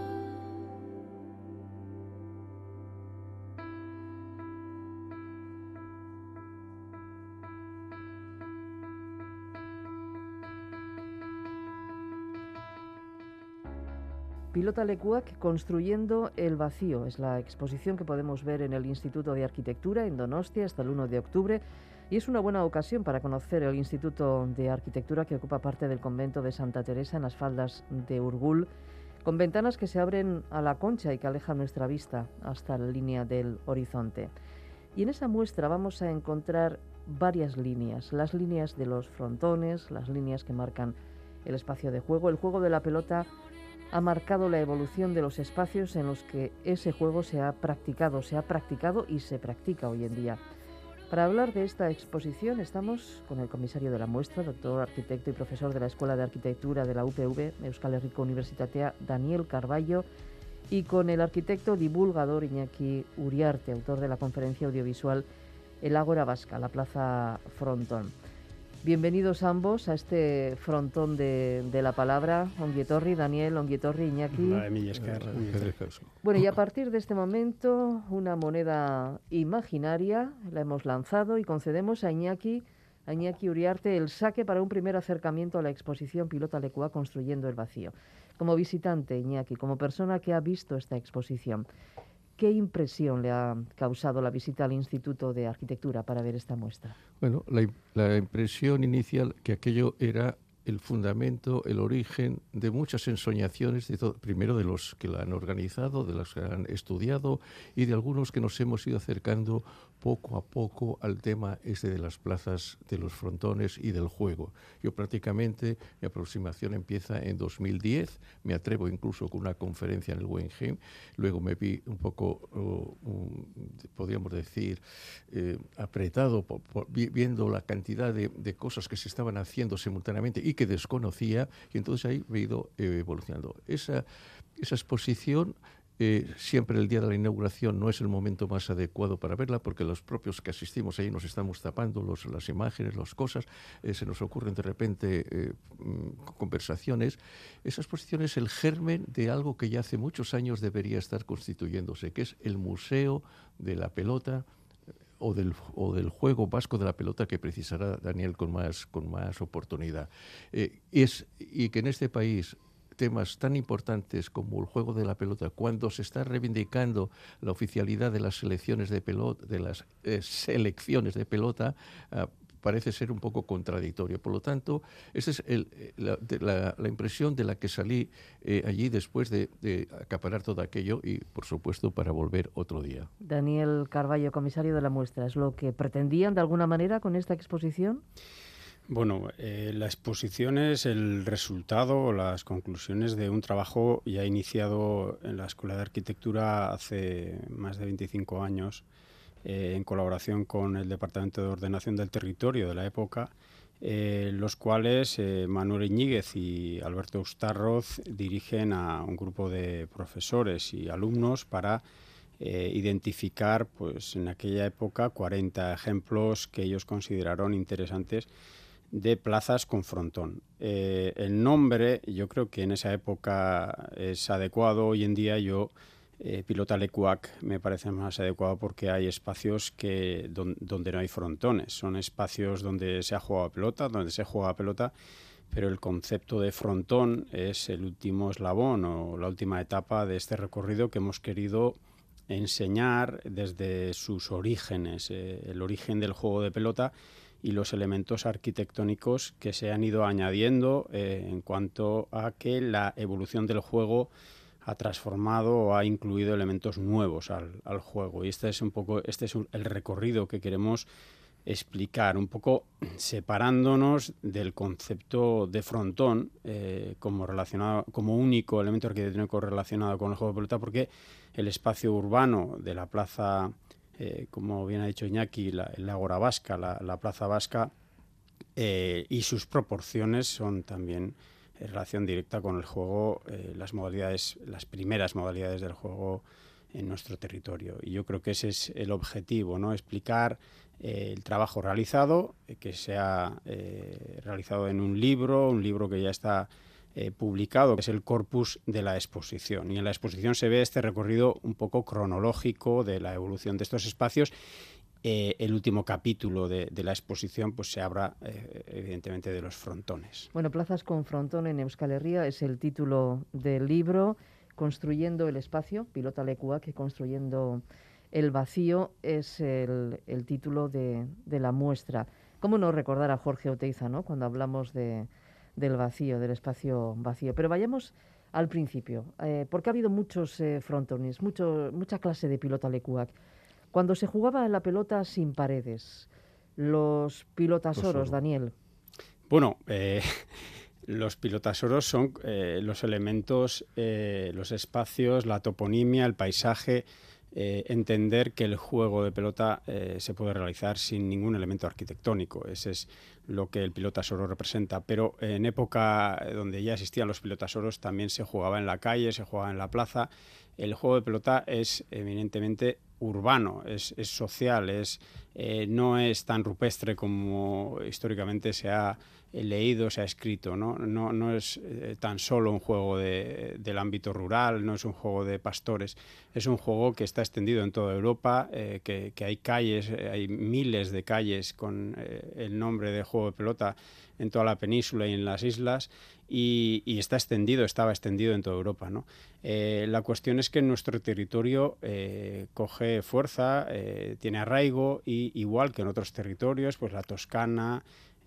Pilotalekuak construyendo el vacío es la exposición que podemos ver en el Instituto de Arquitectura en Donostia hasta el 1 de octubre y es una buena ocasión para conocer el Instituto de Arquitectura que ocupa parte del convento de Santa Teresa en las faldas de Urgul, con ventanas que se abren a la Concha y que alejan nuestra vista hasta la línea del horizonte. Y en esa muestra vamos a encontrar varias líneas, las líneas de los frontones, las líneas que marcan el espacio de juego. El juego de la pelota ha marcado la evolución de los espacios en los que ese juego se ha practicado y se practica hoy en día. Para hablar de esta exposición estamos con el comisario de la muestra, doctor arquitecto y profesor de la Escuela de Arquitectura de la UPV, Euskal Herriko Unibertsitatea, Daniel Carballo, y con el arquitecto divulgador Iñaki Uriarte, autor de la conferencia audiovisual El Ágora Vasca, la Plaza Frontón. Bienvenidos ambos a este frontón de la palabra. Ongi etorri, Daniel, ongi etorri, Iñaki. Bueno, y a partir de este momento, una moneda imaginaria la hemos lanzado y concedemos a Iñaki Uriarte el saque para un primer acercamiento a la exposición Pilotalekua construyendo el vacío. Como visitante, Iñaki, como persona que ha visto esta exposición, ¿qué impresión le ha causado la visita al Instituto de Arquitectura para ver esta muestra? Bueno, la impresión inicial que aquello era el fundamento, el origen de muchas ensoñaciones, primero de los que la han organizado, de los que han estudiado y de algunos que nos hemos ido acercando poco a poco al tema de las plazas, de los frontones y del juego. Yo prácticamente, mi aproximación empieza en 2010, me atrevo incluso con una conferencia en el Guggenheim, luego me vi un poco, podríamos decir, apretado viendo la cantidad de cosas que se estaban haciendo simultáneamente y que desconocía, y entonces ahí me he ido evolucionando. Esa exposición, siempre el día de la inauguración no es el momento más adecuado para verla porque los propios que asistimos ahí nos estamos tapando las imágenes, las cosas, se nos ocurren de repente conversaciones. Esa exposición es el germen de algo que ya hace muchos años debería estar constituyéndose, que es el Museo de la Pelota o del juego vasco de la pelota que precisará Daniel con más oportunidad. Y que en este país temas tan importantes como el juego de la pelota, cuando se está reivindicando la oficialidad de las selecciones de pelota, parece ser un poco contradictorio. Por lo tanto, esa es la impresión de la que salí allí después de acaparar todo aquello y, por supuesto, para volver otro día. Daniel Carballo, comisario de la muestra, ¿es lo que pretendían de alguna manera con esta exposición? Bueno, la exposición es el resultado o las conclusiones de un trabajo ya iniciado en la Escuela de Arquitectura hace más de 25 años, en colaboración con el Departamento de Ordenación del Territorio de la época, los cuales Manuel Iñiguez y Alberto Ustarroz dirigen a un grupo de profesores y alumnos para identificar, pues en aquella época, 40 ejemplos que ellos consideraron interesantes de plazas con frontón. El nombre, yo creo que en esa época es adecuado. Hoy en día Pilotalekuak me parece más adecuado porque hay espacios donde no hay frontones. Son espacios donde se ha jugado a pelota, pero el concepto de frontón es el último eslabón o la última etapa de este recorrido que hemos querido enseñar desde sus orígenes, el origen del juego de pelota y los elementos arquitectónicos que se han ido añadiendo en cuanto a que la evolución del juego ha transformado o ha incluido elementos nuevos al juego. Y este es el recorrido que queremos explicar, un poco separándonos del concepto de frontón como único elemento arquitectónico relacionado con el juego de pelota, porque el espacio urbano de la plaza, como bien ha dicho Iñaki, el Ágora Vasca, la plaza vasca, y sus proporciones son también en relación directa con el juego, las primeras modalidades del juego en nuestro territorio. Y yo creo que ese es el objetivo, ¿no? Explicar el trabajo realizado, que se ha realizado en un libro que ya está publicado, que es el corpus de la exposición. Y en la exposición se ve este recorrido un poco cronológico de la evolución de estos espacios. El último capítulo de la exposición pues se habla evidentemente de los frontones. Bueno, Plazas con frontón en Euskal Herria es el título del libro. Construyendo el espacio, Pilota Lekuak, Construyendo el vacío es el título de la muestra. ¿Cómo no recordar a Jorge Oteiza, ¿no?, cuando hablamos del vacío, del espacio vacío? Pero vayamos al principio, porque ha habido muchos frontones, mucha clase de Pilota Lekuak. Cuando se jugaba la pelota sin paredes, los pilotasoros, Daniel. Bueno, los pilotasoros son los elementos, los espacios, la toponimia, el paisaje, entender que el juego de pelota se puede realizar sin ningún elemento arquitectónico. Ese es lo que el pilotasoro representa. Pero en época donde ya existían los pilotasoros también se jugaba en la calle, se jugaba en la plaza. El juego de pelota es eminentemente urbano, es social, no es tan rupestre como históricamente se ha leído, se ha escrito, no es tan solo un juego del ámbito rural, no es un juego de pastores, es un juego que está extendido en toda Europa, que hay calles, hay miles de calles con el nombre de juego de pelota en toda la península y en las islas, y estaba extendido en toda Europa, ¿no? La cuestión es que en nuestro territorio coge fuerza, tiene arraigo, y igual que en otros territorios, pues la Toscana,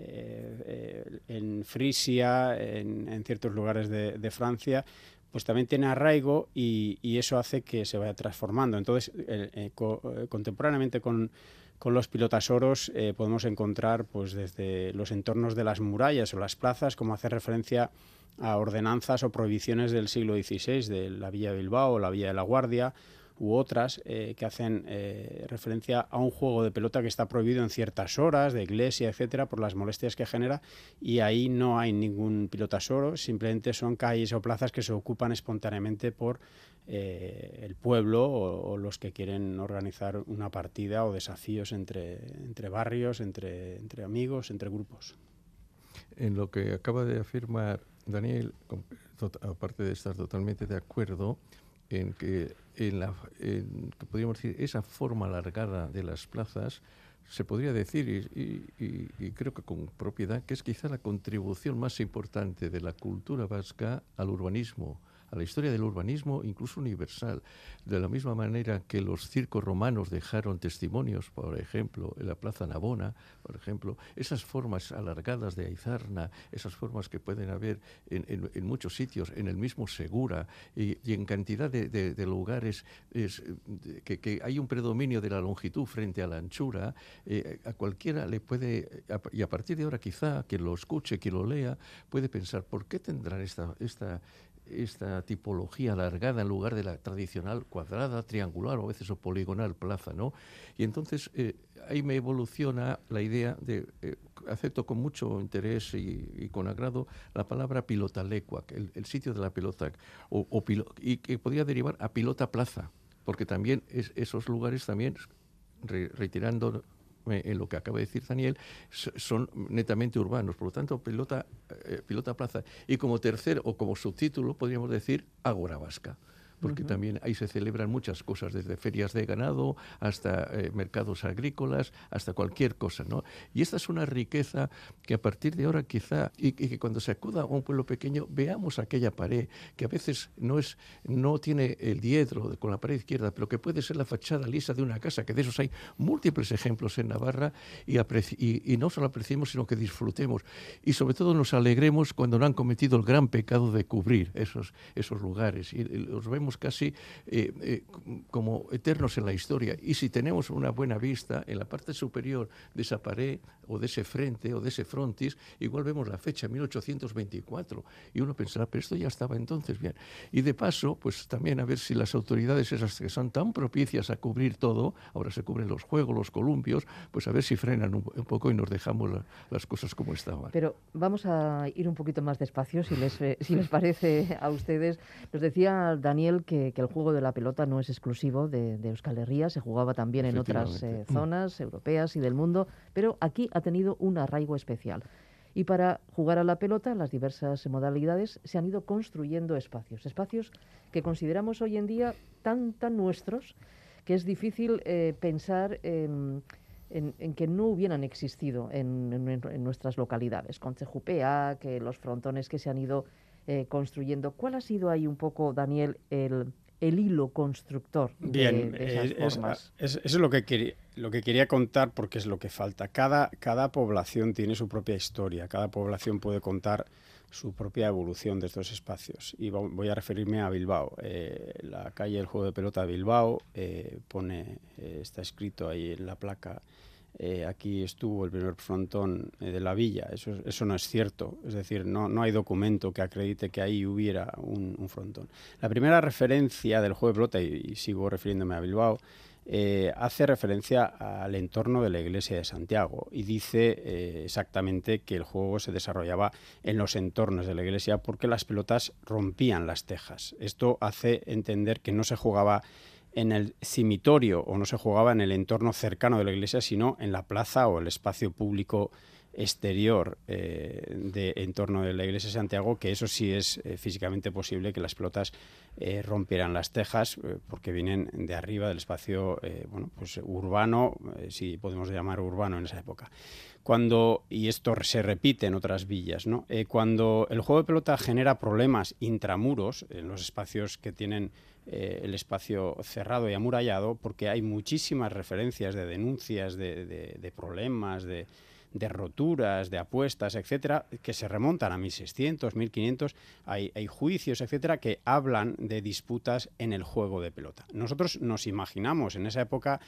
en Frisia, en ciertos lugares de Francia, pues también tiene arraigo, y eso hace que se vaya transformando. Entonces, contemporáneamente con los pilotasoros podemos encontrar pues desde los entornos de las murallas o las plazas, como hace referencia a ordenanzas o prohibiciones del siglo XVI, de la Villa de Bilbao o la Villa de la Guardia, u otras que hacen referencia a un juego de pelota que está prohibido en ciertas horas, de iglesia, etcétera, por las molestias que genera, y ahí no hay ningún pilotasoro, simplemente son calles o plazas que se ocupan espontáneamente por el pueblo o los que quieren organizar una partida o desafíos entre barrios, entre amigos, entre grupos. En lo que acaba de afirmar Daniel, aparte de estar totalmente de acuerdo, en que podríamos decir, esa forma alargada de las plazas, se podría decir, y creo que con propiedad, que es quizá la contribución más importante de la cultura vasca al urbanismo, a la historia del urbanismo, incluso universal. De la misma manera que los circos romanos dejaron testimonios, por ejemplo, en la Plaza Navona, por ejemplo, esas formas alargadas de Aizarna, esas formas que pueden haber en muchos sitios, en el mismo Segura, y en cantidad de lugares que hay un predominio de la longitud frente a la anchura, a cualquiera le puede, y a partir de ahora quizá, quien lo escuche, quien lo lea, puede pensar, ¿por qué tendrán esta tipología alargada en lugar de la tradicional cuadrada, triangular o a veces poligonal plaza, ¿no? Y entonces ahí me evoluciona la idea de, acepto con mucho interés y con agrado la palabra Pilota Lekuak, el sitio de la pelota, y que podría derivar a Pilota Plaza, porque también esos lugares también, retirando en lo que acaba de decir Daniel, son netamente urbanos, por lo tanto Pilota Plaza, y como tercer o como subtítulo podríamos decir Ágora Vasca, porque también ahí se celebran muchas cosas, desde ferias de ganado hasta mercados agrícolas, hasta cualquier cosa, ¿no? Y esta es una riqueza que a partir de ahora quizá, y que cuando se acuda a un pueblo pequeño, veamos aquella pared, que a veces no tiene el diedro con la pared izquierda, pero que puede ser la fachada lisa de una casa, que de esos hay múltiples ejemplos en Navarra, y no solo apreciemos, sino que disfrutemos, y sobre todo nos alegremos cuando no han cometido el gran pecado de cubrir esos lugares, y los vemos estamos casi como eternos en la historia. Y si tenemos una buena vista en la parte superior de esa pared o de ese frente o de ese frontis, igual vemos la fecha 1824 y uno pensará, pero esto ya estaba entonces bien. Y de paso, pues también a ver si las autoridades esas que son tan propicias a cubrir todo, ahora se cubren los juegos, los columpios, pues a ver si frenan un poco y nos dejamos las cosas como estaban. Pero vamos a ir un poquito más despacio, si les parece a ustedes. Nos decía Daniel que el juego de la pelota no es exclusivo de Euskal Herria, se jugaba también en otras zonas europeas y del mundo, pero aquí ha tenido un arraigo especial. Y para jugar a la pelota, las diversas modalidades se han ido construyendo espacios que consideramos hoy en día tan nuestros que es difícil pensar en que no hubieran existido en nuestras localidades. Conchejupea, que los frontones que se han ido construyendo. ¿Cuál ha sido ahí un poco, Daniel, el hilo constructor de esas formas? Eso es lo que quería contar, porque es lo que falta. Cada población tiene su propia historia, cada población puede contar su propia evolución de estos espacios. Y voy a referirme a Bilbao. La calle del juego de pelota de Bilbao está escrito ahí en la placa, aquí estuvo el primer frontón de la villa. Eso no es cierto, es decir, no hay documento que acredite que ahí hubiera un frontón. La primera referencia del juego de pelota, y sigo refiriéndome a Bilbao, hace referencia al entorno de la iglesia de Santiago y dice exactamente que el juego se desarrollaba en los entornos de la iglesia porque las pelotas rompían las tejas. Esto hace entender que no se jugaba en el cimitorio o no se jugaba en el entorno cercano de la iglesia, sino en la plaza o el espacio público exterior en torno de la iglesia de Santiago, que eso sí es físicamente posible que las pelotas rompieran las tejas porque vienen de arriba del espacio urbano, si podemos llamar urbano en esa época. Y esto se repite en otras villas, ¿no? Cuando el juego de pelota genera problemas intramuros en los espacios que tienen el espacio cerrado y amurallado, porque hay muchísimas referencias de denuncias de problemas, de roturas, de apuestas, etcétera, que se remontan a 1600, 1500, hay juicios, etcétera, que hablan de disputas en el juego de pelota. Nosotros nos imaginamos en esa época,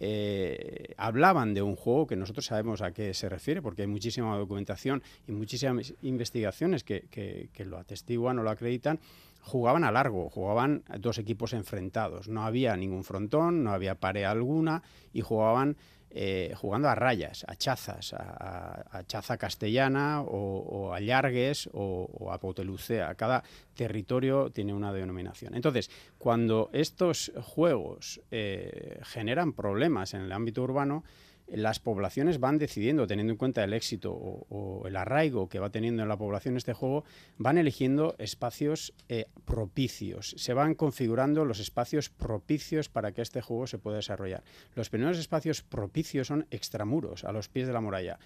hablaban de un juego que nosotros sabemos a qué se refiere, porque hay muchísima documentación y muchísimas investigaciones que lo atestiguan o lo acreditan. Jugaban a largo, jugaban dos equipos enfrentados, no había ningún frontón, no había pared alguna y jugaban jugando a rayas, a chazas, a chaza castellana o a llargues o a potelucea. Cada territorio tiene una denominación. Entonces, cuando estos juegos generan problemas en el ámbito urbano, las poblaciones van decidiendo, teniendo en cuenta el éxito o el arraigo que va teniendo en la población este juego, van eligiendo espacios propicios. Se van configurando los espacios propicios para que este juego se pueda desarrollar. Los primeros espacios propicios son extramuros, a los pies de la muralla.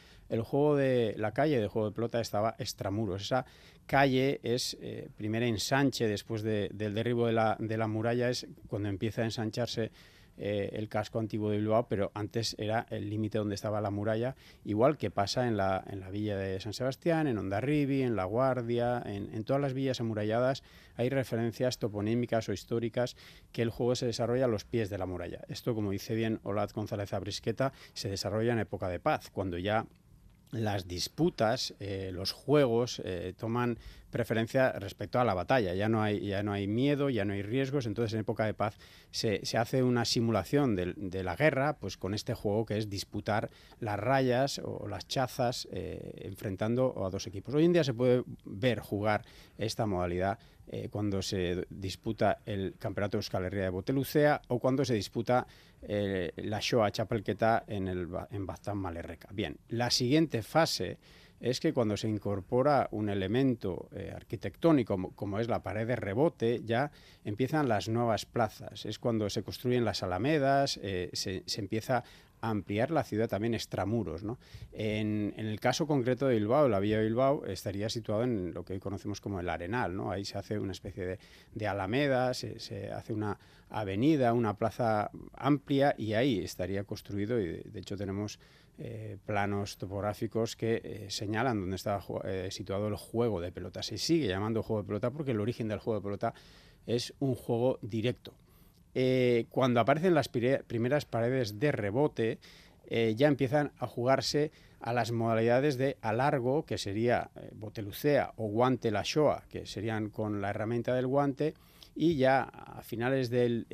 La calle del juego de pelota estaba extramuros. Esa calle es primer ensanche después del derribo de la muralla, es cuando empieza a ensancharse el casco antiguo de Bilbao, pero antes era el límite donde estaba la muralla, igual que pasa en la villa de San Sebastián, en Hondarribi, en La Guardia, en todas las villas amuralladas hay referencias toponímicas o históricas que el juego se desarrolla a los pies de la muralla. Esto, como dice bien Olat González Abrisqueta, se desarrolla en época de paz, cuando ya las disputas, los juegos toman preferencia respecto a la batalla. Ya no hay miedo, ya no hay riesgos. Entonces, en época de paz se hace una simulación de la guerra, pues con este juego que es disputar las rayas o las chazas enfrentando a dos equipos. Hoy en día se puede ver jugar esta modalidad cuando se disputa el Campeonato de Euskal Herria de Botelucea o cuando se disputa la Shoa Txapelketa en Baztan Malerreka. Bien, la siguiente fase es que cuando se incorpora un elemento arquitectónico como es la pared de rebote, ya empiezan las nuevas plazas. Es cuando se construyen las alamedas, se empieza a ampliar la ciudad también extramuros, ¿no? En el caso concreto de Bilbao, la villa de Bilbao estaría situado en lo que hoy conocemos como el Arenal, ¿no? Ahí se hace una especie de alameda, se hace una avenida, una plaza amplia y ahí estaría construido y de hecho tenemos planos topográficos que señalan dónde estaba situado el juego de pelota. Se sigue llamando juego de pelota porque el origen del juego de pelota es un juego directo. Cuando aparecen las primeras paredes de rebote, ya empiezan a jugarse a las modalidades de alargo, que sería botelucea, o guante la shoa, que serían con la herramienta del guante, y ya a finales del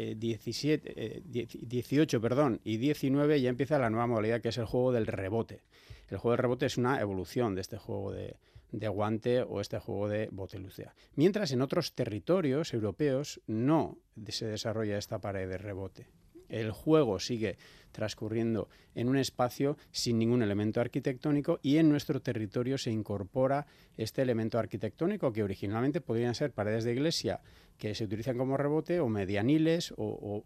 18 y 19 ya empieza la nueva modalidad, que es el juego del rebote. El juego del rebote es una evolución de este juego de guante o este juego de botelucea. Mientras en otros territorios europeos no se desarrolla esta pared de rebote. El juego sigue transcurriendo en un espacio sin ningún elemento arquitectónico y en nuestro territorio se incorpora este elemento arquitectónico que originalmente podrían ser paredes de iglesia que se utilizan como rebote o medianiles o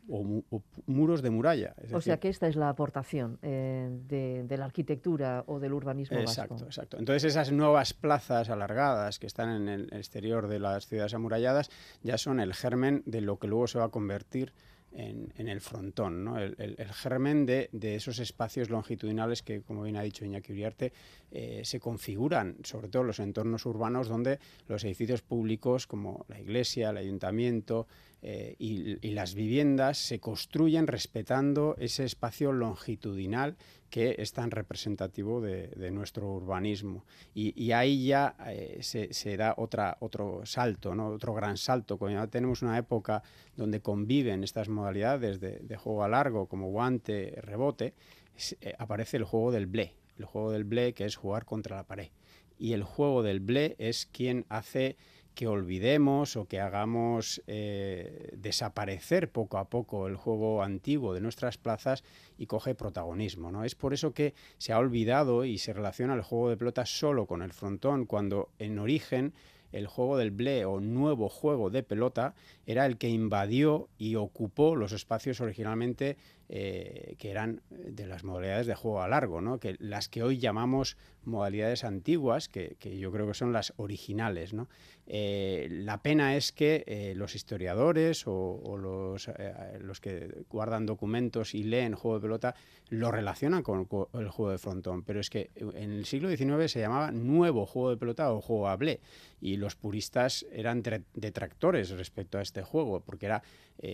muros de muralla. O sea que esta es la aportación de la arquitectura o del urbanismo vasco. Exacto. Entonces esas nuevas plazas alargadas que están en el exterior de las ciudades amuralladas ya son el germen de lo que luego se va a convertir en el frontón, ¿no? El germen de esos espacios longitudinales que, como bien ha dicho Iñaki Uriarte, se configuran, sobre todo en los entornos urbanos, donde los edificios públicos como la iglesia, el ayuntamiento y las viviendas se construyen respetando ese espacio longitudinal que es tan representativo de nuestro urbanismo. Y ahí ya se da otro salto, ¿no? Otro gran salto. Cuando ya tenemos una época donde conviven estas modalidades de juego a largo, como guante, rebote, aparece el juego del blé. El juego del blé, que es jugar contra la pared. Y el juego del blé es quien hace que olvidemos o que hagamos desaparecer poco a poco el juego antiguo de nuestras plazas y coge protagonismo, ¿no? Es por eso que se ha olvidado y se relaciona el juego de pelota solo con el frontón, cuando en origen el juego del blé o nuevo juego de pelota era el que invadió y ocupó los espacios originalmente que eran de las modalidades de juego a largo, ¿no? Que las que hoy llamamos modalidades antiguas, que yo creo que son las originales, ¿no? La pena es que los historiadores o los que guardan documentos y leen juego de pelota lo relacionan con el juego de frontón, pero es que en el siglo XIX se llamaba nuevo juego de pelota o juego a blé, y los puristas eran detractores respecto a este juego, porque era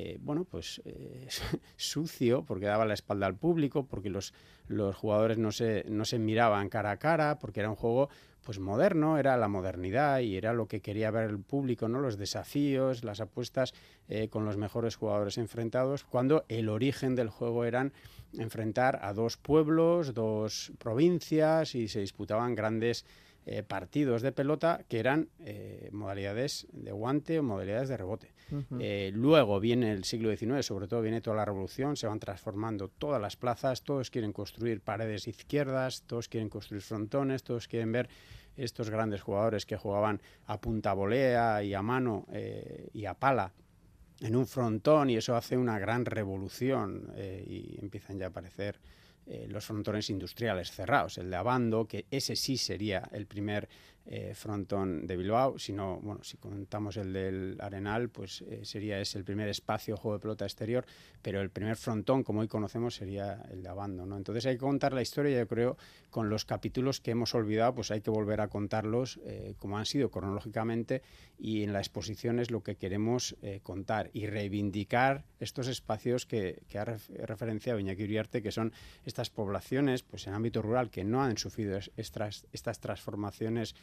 sucio, porque daba la espalda al público, porque los jugadores no se miraban cara a cara, porque era un juego pues moderno, era la modernidad y era lo que quería ver el público, ¿no? Los desafíos, las apuestas con los mejores jugadores enfrentados, cuando el origen del juego eran enfrentar a dos pueblos, dos provincias, y se disputaban grandes partidos de pelota que eran modalidades de guante o modalidades de rebote. Luego viene el siglo XIX, sobre todo viene toda la revolución, se van transformando todas las plazas, todos quieren construir paredes izquierdas, todos quieren construir frontones, todos quieren ver estos grandes jugadores que jugaban a punta volea y a mano y a pala en un frontón, y eso hace una gran revolución y empiezan ya a aparecer los frontones industriales cerrados, el de Abando, que ese sí sería el primer frontón de Bilbao, si contamos el del Arenal, pues sería ese el primer espacio juego de pelota exterior, pero el primer frontón, como hoy conocemos, sería el de Abando, ¿no? Entonces hay que contar la historia, yo creo, con los capítulos que hemos olvidado, pues hay que volver a contarlos como han sido cronológicamente, y en la exposición es lo que queremos contar y reivindicar estos espacios que ha referenciado Iñaki Uriarte, que son estas poblaciones pues en ámbito rural que no han sufrido estas transformaciones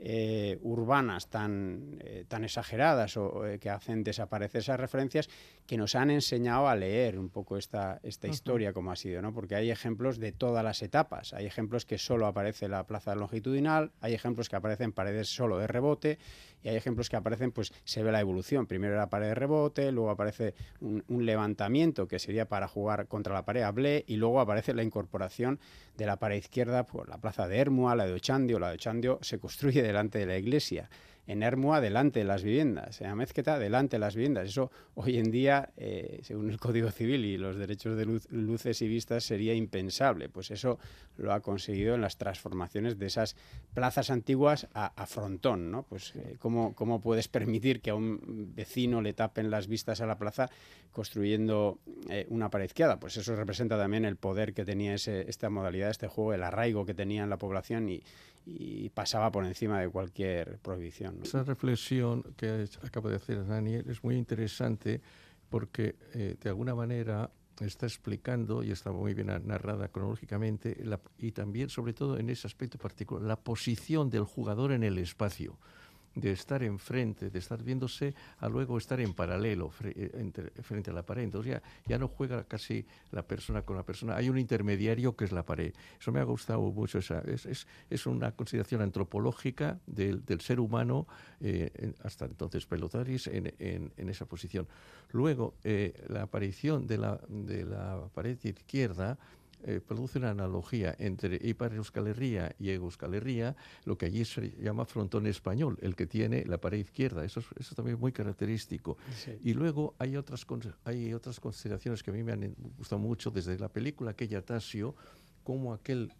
urbanas tan exageradas o que hacen desaparecer esas referencias, que nos han enseñado a leer un poco esta historia como ha sido, ¿no? Porque hay ejemplos de todas las etapas, hay ejemplos que solo aparece la plaza longitudinal, hay ejemplos que aparecen paredes solo de rebote, y hay ejemplos que aparecen, pues se ve la evolución, primero era pared de rebote, luego aparece un levantamiento que sería para jugar contra la pared a blé, y luego aparece la incorporación de la pared izquierda por la plaza de Ermua, la de Ochandio se construye delante de la iglesia, en Ermua delante de las viviendas, en Amezqueta delante de las viviendas. Eso hoy en día, según el Código Civil y los derechos de luces y vistas, sería impensable. Pues eso lo ha conseguido en las transformaciones de esas plazas antiguas a frontón, ¿no? Pues ¿cómo puedes permitir que a un vecino le tapen las vistas a la plaza construyendo una pared izquierda? Pues eso representa también el poder que tenía esta modalidad, este juego, el arraigo que tenía en la población, y pasaba por encima de cualquier prohibición. funcionan, ¿no? Esa reflexión que acaba de hacer Daniel es muy interesante porque de alguna manera está explicando, y está muy bien narrada cronológicamente, y también, sobre todo en ese aspecto particular, la posición del jugador en el espacio, de estar enfrente, de estar viéndose, a luego estar en paralelo frente a la pared. Entonces ya no juega casi la persona con la persona, hay un intermediario que es la pared. Eso me ha gustado mucho, es una consideración antropológica del ser humano, hasta entonces Pelotaris, en esa posición. Luego, la aparición de la pared izquierda produce una analogía entre Ipar Euskal Herria y Hego Euskal Herria, lo que allí se llama frontón español, el que tiene la pared izquierda. Eso también es muy característico. Sí. Y luego hay otras consideraciones que a mí me han gustado mucho, desde la película aquella Tasio, como aquel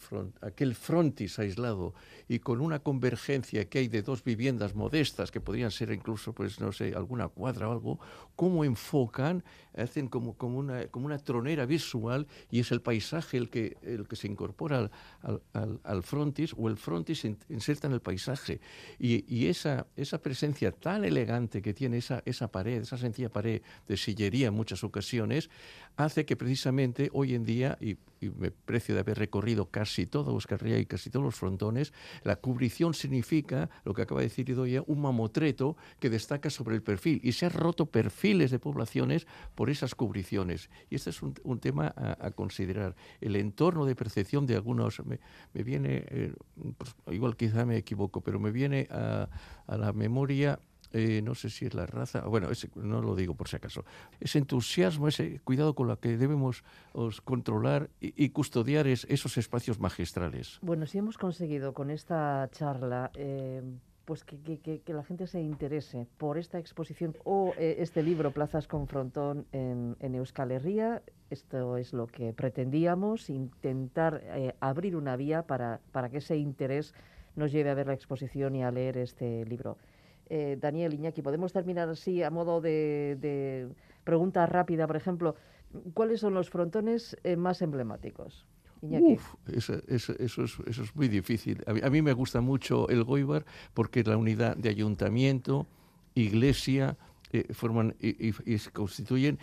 frontis aislado y con una convergencia que hay de dos viviendas modestas que podrían ser incluso, pues no sé, alguna cuadra o algo, cómo enfocan, hacen como una tronera visual, y es el paisaje el que se incorpora al frontis, o el frontis se inserta en el paisaje, y esa presencia tan elegante que tiene esa pared, esa sencilla pared de sillería en muchas ocasiones, hace que precisamente hoy en día, y me precio de haber recorrido casi toda Euskal Herria y casi todos los frontones, la cubrición significa, lo que acaba de decir Idoia, un mamotreto que destaca sobre el perfil, y se han roto perfiles de poblaciones por esas cubriciones. Y este es un tema a considerar. El entorno de percepción de algunos, me viene, pues, igual quizá me equivoco, pero me viene a la memoria, no sé si es la raza, bueno, no lo digo por si acaso, ese entusiasmo, ese cuidado con lo que debemos controlar y custodiar esos espacios magistrales. Bueno, si hemos conseguido con esta charla pues que la gente se interese por esta exposición o este libro, Plazas con Frontón en Euskal Herria, esto es lo que pretendíamos, intentar abrir una vía para que ese interés nos lleve a ver la exposición y a leer este libro. Daniel, Iñaki, ¿podemos terminar así a modo de pregunta rápida? Por ejemplo, ¿cuáles son los frontones más emblemáticos? Iñaki. Eso es muy difícil. A mí me gusta mucho el Goibar porque la unidad de ayuntamiento, iglesia, forman y se constituyen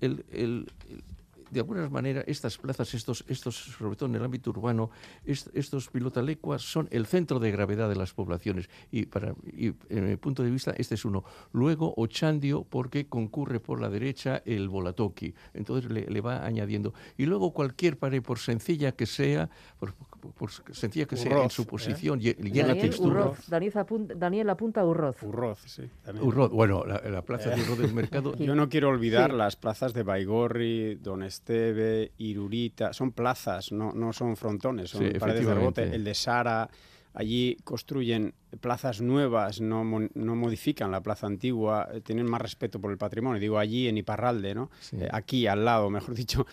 de alguna manera estas plazas, estos sobre todo en el ámbito urbano, estos pilotalecuas son el centro de gravedad de las poblaciones, y en mi punto de vista este es uno. Luego Ochandio, porque concurre por la derecha el Bolatoki, entonces le va añadiendo, y luego cualquier pared, por sencilla que sea, por sencilla que sea en su posición y en la textura. Daniel apunta Urroz. Urroz, sí. Urroz, bueno, la plaza de Urroz del Mercado. Yo no quiero olvidar las plazas de Baigorri, Don Esteve, Irurita, son plazas, no son frontones, son paredes de rebote. El de Sara, allí construyen plazas nuevas, no modifican la plaza antigua, tienen más respeto por el patrimonio. Digo, allí en Iparralde, ¿no? Sí. Aquí al lado, mejor dicho,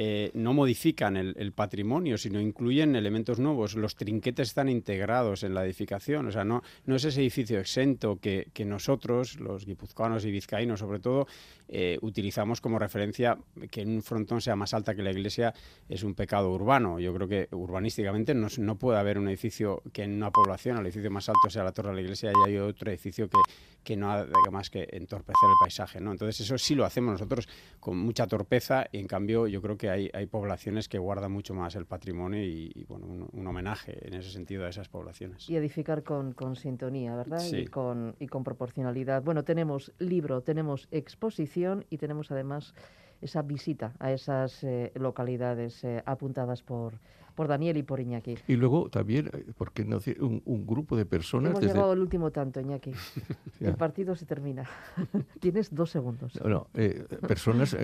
no modifican el patrimonio, sino incluyen elementos nuevos. Los trinquetes están integrados en la edificación, o sea, no es ese edificio exento que nosotros, los guipuzcoanos y vizcaínos sobre todo, utilizamos como referencia. Que un frontón sea más alta que la iglesia es un pecado urbano. Yo creo que urbanísticamente no puede haber un edificio que en una población, el edificio más alto sea la torre de la iglesia, y hay otro edificio que no haga más que entorpecer el paisaje, ¿no? Entonces eso sí lo hacemos nosotros con mucha torpeza, y en cambio yo creo que hay poblaciones que guardan mucho más el patrimonio y bueno, un homenaje en ese sentido a esas poblaciones. Y edificar con sintonía, ¿verdad? Sí. Y con proporcionalidad. Bueno, tenemos libro, tenemos exposición y tenemos además esa visita a esas localidades apuntadas por Daniel y por Iñaki. Y luego también, porque no un grupo de personas... Hemos llegado al último tanto, Iñaki. El partido se termina. Tienes 2 segundos. Personas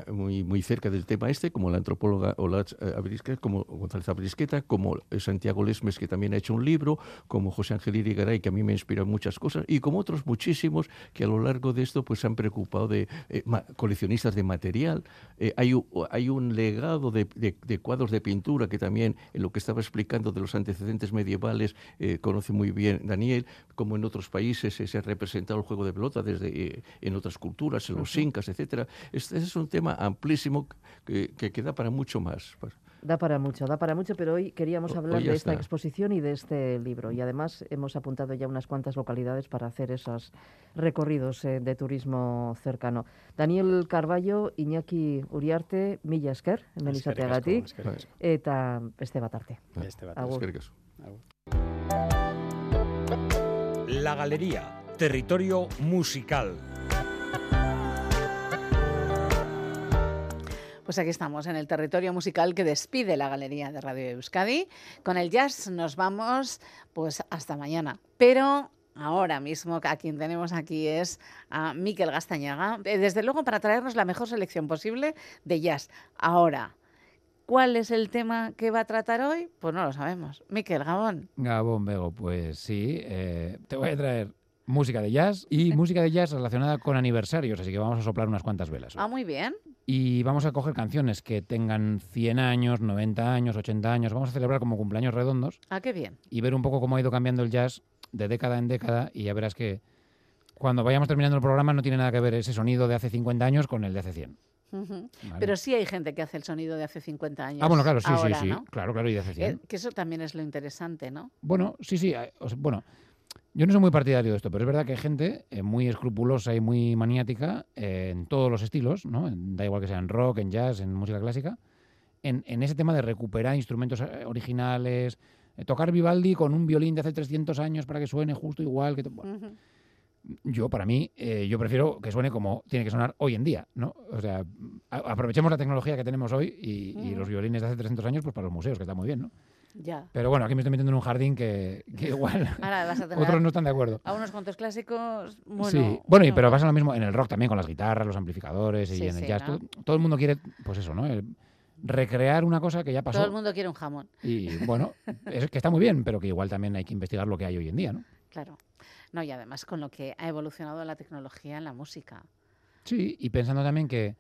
muy cerca del tema como la antropóloga Olatz Abrisqueta, como González Abrisqueta, como Santiago Lesmes, que también ha hecho un libro, como José Ángel Irigaray, que a mí me inspira muchas cosas, y como otros muchísimos que a lo largo de esto pues se han preocupado de coleccionistas de material. Hay un legado de cuadros de pintura que también, en lo que estaba explicando de los antecedentes medievales, conoce muy bien Daniel, como en otros países se ha representado el juego de pelota desde en otras culturas, en los incas, etcétera. Este es un tema amplísimo que da para mucho más. Da para mucho, pero hoy queríamos hablar Hoy ya de esta está. exposición y de este libro. Y además hemos apuntado ya unas cuantas localidades para hacer esos recorridos de turismo cercano. Daniel Carballo, Iñaki Uriarte, mila esker, hemen izateagatik, eta beste bat arte. Agur. La Galería, territorio musical. Pues aquí estamos, en el territorio musical que despide la Galería de Radio Euskadi. Con el jazz nos vamos pues hasta mañana. Pero ahora mismo a quien tenemos aquí es a Mikel Gaztañaga, desde luego para traernos la mejor selección posible de jazz. Ahora, ¿cuál es el tema que va a tratar hoy? Pues no lo sabemos. Mikel, Gabón. Gabón, Bego, pues sí, te voy a traer música de jazz y música de jazz relacionada con aniversarios, así que vamos a soplar unas cuantas velas. Ah, muy bien. Y vamos a coger canciones que tengan 100 años, 90 años, 80 años. Vamos a celebrar como cumpleaños redondos. Ah, qué bien. Y ver un poco cómo ha ido cambiando el jazz de década en década. Y ya verás que cuando vayamos terminando el programa no tiene nada que ver ese sonido de hace 50 años con el de hace 100. Vale. Vale. Pero sí hay gente que hace el sonido de hace 50 años. Ah, bueno, claro, sí, ahora, sí. ¿no? Claro, y de hace 100. Que eso también es lo interesante, ¿no? Bueno, sí. Bueno, yo no soy muy partidario de esto, pero es verdad que hay gente muy escrupulosa y muy maniática en todos los estilos, ¿no? Da igual que sea en rock, en jazz, en música clásica, en ese tema de recuperar instrumentos originales, tocar Vivaldi con un violín de hace 300 años para que suene justo igual que... Bueno, yo, para mí, yo prefiero que suene como tiene que sonar hoy en día, ¿no? O sea, aprovechemos la tecnología que tenemos hoy y los violines de hace 300 años pues para los museos, que está muy bien, ¿no? Ya. Pero bueno, aquí me estoy metiendo en un jardín que igual ahora vas a tener otros no están de acuerdo. A unos cuantos clásicos, bueno... Sí, bueno, pero pasa lo mismo en el rock también, con las guitarras, los amplificadores y en el jazz. ¿no? Todo el mundo quiere, pues eso, ¿no? Recrear una cosa que ya pasó. Todo el mundo quiere un jamón. Y bueno, es que está muy bien, pero que igual también hay que investigar lo que hay hoy en día, ¿no? Claro. No, y además con lo que ha evolucionado la tecnología en la música. Sí, y pensando también que...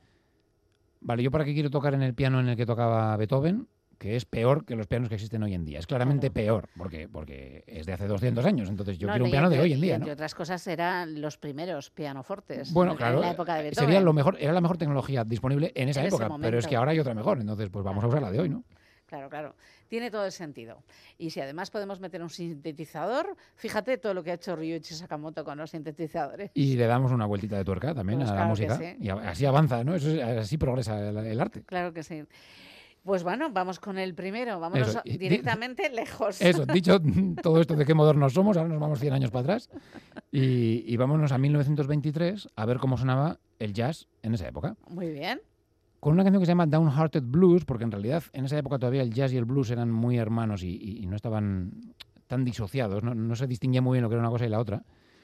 Vale, ¿yo para qué quiero tocar en el piano en el que tocaba Beethoven? Que es peor que los pianos que existen hoy en día. Es claramente peor, porque es de hace 200 años. Entonces yo quiero un piano de hoy en día, Entre ¿no? otras cosas eran los primeros pianofortes. Bueno, claro, en la época de Beethoven. sería lo mejor, era la mejor tecnología disponible en esa época, ese pero es que ahora hay otra mejor. Entonces, pues vamos a usar la de hoy, ¿no? Claro. Tiene todo el sentido. Y si además podemos meter un sintetizador, fíjate todo lo que ha hecho Ryuichi Sakamoto con los sintetizadores. Y le damos una vueltita de tuerca también Pues a la claro música. que sí. Y así avanza, ¿no? Así progresa el arte. Claro que sí. Pues bueno, vamos con el primero. Vámonos Eso, directamente lejos. Eso, dicho todo esto de qué modernos somos, ahora nos vamos 100 años para atrás y vámonos a 1923 a ver cómo sonaba el jazz en esa época. Muy bien. Con una canción que se llama Downhearted Blues, porque en realidad en esa época todavía el jazz y el blues eran muy hermanos y no estaban tan disociados, no se distinguía muy bien lo que era una cosa y la otra.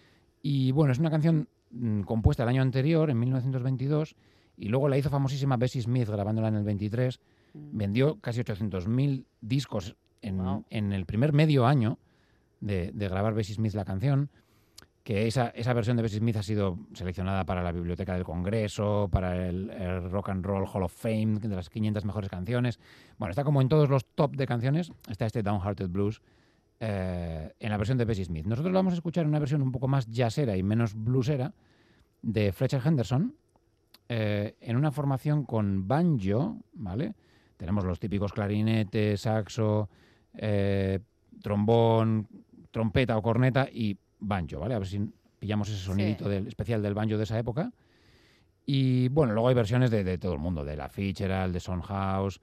Y bueno, es una canción compuesta el año anterior, en 1922, y luego la hizo famosísima Bessie Smith grabándola en el 23. Vendió casi 800.000 discos en el primer medio año de grabar Bessie Smith la canción, que esa versión de Bessie Smith ha sido seleccionada para la Biblioteca del Congreso, para el Rock and Roll Hall of Fame, de las 500 mejores canciones. Bueno, está como en todos los top de canciones, está este Downhearted Blues en la versión de Bessie Smith. Nosotros lo vamos a escuchar en una versión un poco más jazzera y menos bluesera de Fletcher Henderson, en una formación con banjo, ¿vale? Tenemos los típicos clarinetes, saxo, trombón, trompeta o corneta y banjo, ¿vale? A ver si pillamos ese sonidito especial del banjo de esa época. Y bueno, luego hay versiones de todo el mundo, de la Fitzgerald, de Sondhaus,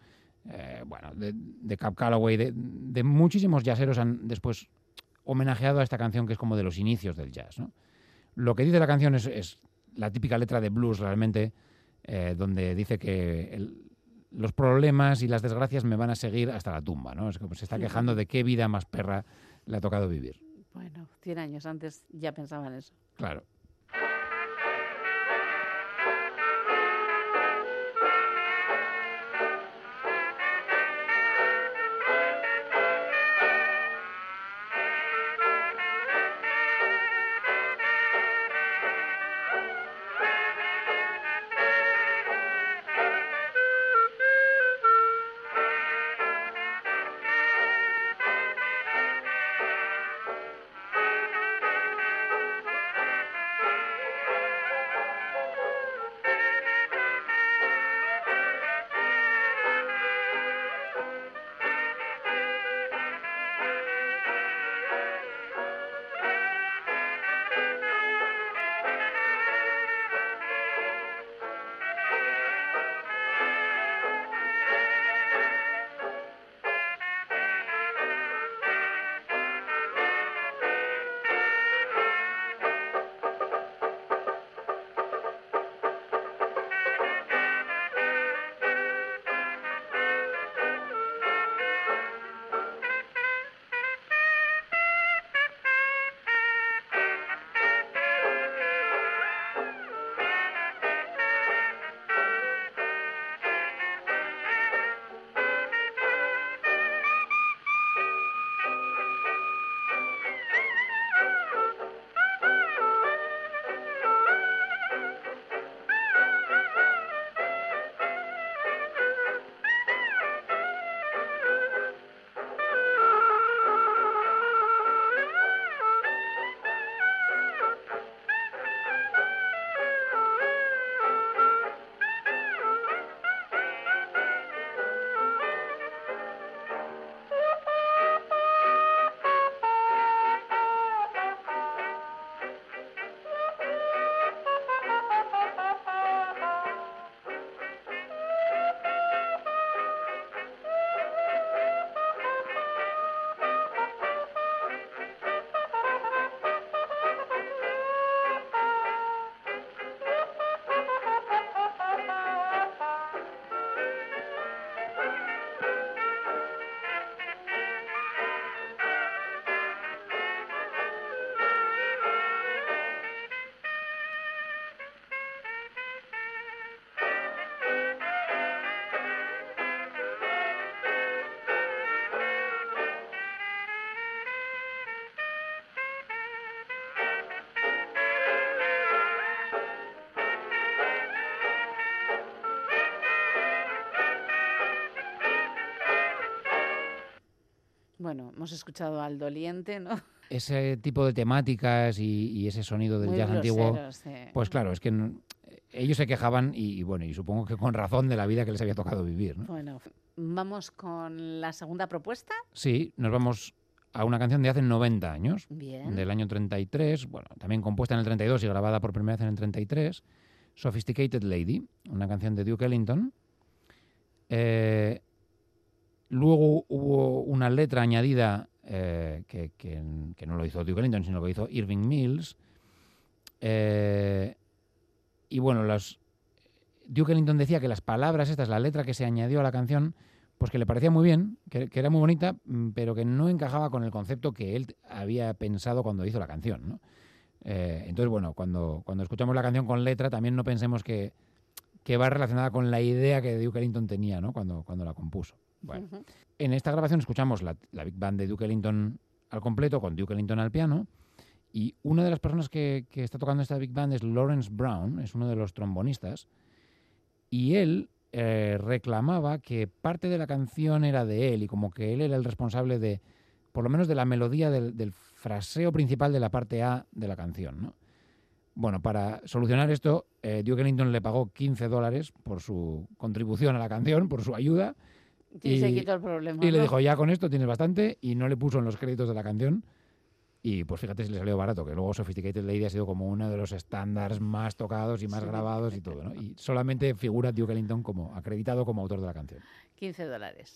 de Cab Calloway, de muchísimos jazzeros han después homenajeado a esta canción que es como de los inicios del jazz, ¿no? Lo que dice la canción es la típica letra de blues realmente, donde dice que los problemas y las desgracias me van a seguir hasta la tumba, ¿no? Es como se está quejando de qué vida más perra le ha tocado vivir. Bueno, 100 años antes ya pensaban eso. Claro. Bueno, hemos escuchado al doliente, ¿no? Ese tipo de temáticas y ese sonido del Muy jazz antiguo, grosero, sí. pues claro, es que ellos se quejaban y bueno, y supongo que con razón de la vida que les había tocado vivir, ¿no? Bueno, vamos con la segunda propuesta. Sí, nos vamos a una canción de hace 90 años, Bien. del año 33, bueno, también compuesta en el 32 y grabada por primera vez en el 33, Sophisticated Lady, una canción de Duke Ellington. Luego hubo una letra añadida que no lo hizo Duke Ellington, sino que lo hizo Irving Mills. Y bueno, Duke Ellington decía que las palabras estas, la letra que se añadió a la canción, pues que le parecía muy bien, que era muy bonita, pero que no encajaba con el concepto que él había pensado cuando hizo la canción, ¿no? Entonces, bueno, cuando escuchamos la canción con letra, también no pensemos que va relacionada con la idea que Duke Ellington tenía, ¿no? Cuando la compuso. Bueno, en esta grabación escuchamos la Big Band de Duke Ellington al completo, con Duke Ellington al piano, y una de las personas que está tocando esta Big Band es Lawrence Brown, es uno de los trombonistas, y él reclamaba que parte de la canción era de él, y como que él era el responsable de, por lo menos de la melodía del fraseo principal de la parte A de la canción, ¿no? Bueno, para solucionar esto, Duke Ellington le pagó $15 por su contribución a la canción, por su ayuda. Y se quitó el problema. Y le ¿no? dijo, ya con esto tienes bastante, y no le puso en los créditos de la canción. Y pues fíjate si le salió barato, que luego Sophisticated Lady ha sido como uno de los estándares más tocados y más grabados y todo, ¿no? Y solamente figura Duke Ellington como acreditado como autor de la canción. $15.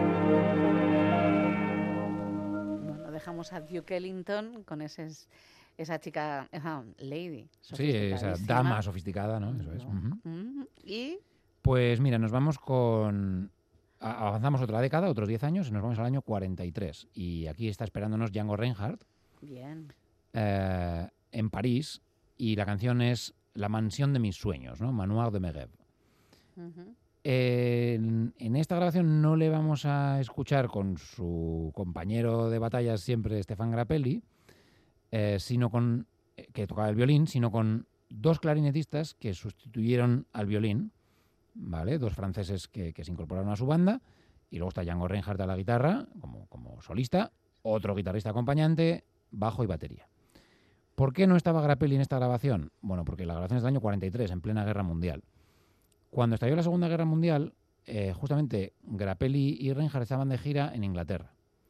A Duke Ellington con ese esa chica, lady. Sí, esa dama sofisticada, ¿no? Eso es. Y... Pues mira, nos vamos avanzamos otra década, otros 10 años, y nos vamos al año 43. Y aquí está esperándonos Django Reinhardt. Bien. En París, y la canción es La mansión de mis sueños, ¿no? Manoir de Megueb. En esta grabación no le vamos a escuchar con su compañero de batallas siempre, Stéphane Grappelli, que tocaba el violín, sino con dos clarinetistas que sustituyeron al violín, ¿vale? Dos franceses que se incorporaron a su banda, y luego está Django Reinhardt a la guitarra, como solista, otro guitarrista acompañante, bajo y batería. ¿Por qué no estaba Grappelli en esta grabación? Bueno, porque la grabación es del año 43, en plena Guerra Mundial. Cuando estalló la Segunda Guerra Mundial, justamente Grappelli y Reinhardt estaban de gira en Inglaterra.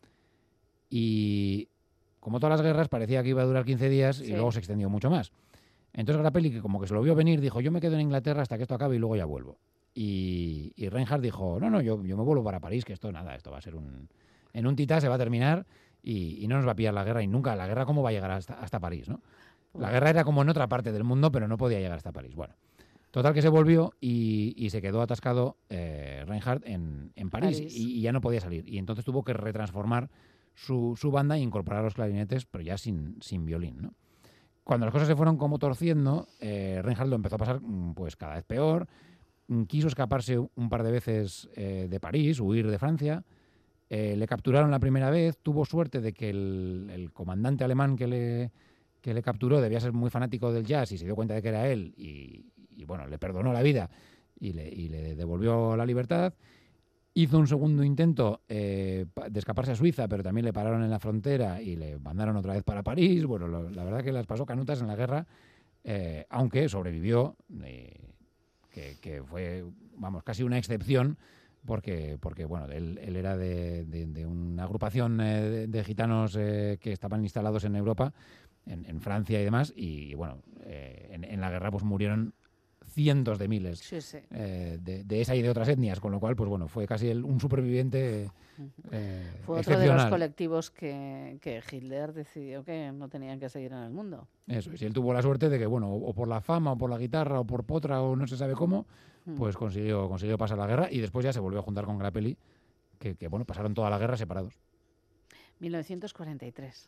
Y como todas las guerras, parecía que iba a durar 15 días y luego se extendió mucho más. Entonces Grappelli, que como que se lo vio venir, dijo, yo me quedo en Inglaterra hasta que esto acabe y luego ya vuelvo. Y Reinhardt dijo, no, yo me vuelvo para París, que esto va a ser en un titá, se va a terminar y no nos va a pillar la guerra. Y nunca, la guerra, ¿cómo va a llegar hasta París, no? La guerra era como en otra parte del mundo, pero no podía llegar hasta París. Bueno, total que se volvió y se quedó atascado Reinhardt en París. Y ya no podía salir. Y entonces tuvo que retransformar su banda e incorporar los clarinetes, pero ya sin violín, ¿no? Cuando las cosas se fueron como torciendo, Reinhardt lo empezó a pasar pues cada vez peor. Quiso escaparse un par de veces de París, huir de Francia. Le capturaron la primera vez. Tuvo suerte de que el comandante alemán que le capturó debía ser muy fanático del jazz y se dio cuenta de que era él y bueno, le perdonó la vida y le devolvió la libertad. Hizo un segundo intento de escaparse a Suiza, pero también le pararon en la frontera y le mandaron otra vez para París. Bueno, la verdad que las pasó canutas en la guerra, aunque sobrevivió, que fue, vamos, casi una excepción, porque bueno, él era de una agrupación de gitanos que estaban instalados en Europa, en Francia y demás, y bueno, en la guerra pues murieron cientos de miles de esa y de otras etnias, con lo cual, pues bueno, fue casi un superviviente fue otro de los colectivos que Hitler decidió que no tenían que seguir en el mundo. Eso es, y él tuvo la suerte de que, bueno, o por la fama, o por la guitarra, o por potra, o no se sabe cómo, pues consiguió pasar la guerra y después ya se volvió a juntar con Grappelli, que bueno, pasaron toda la guerra separados. 1943.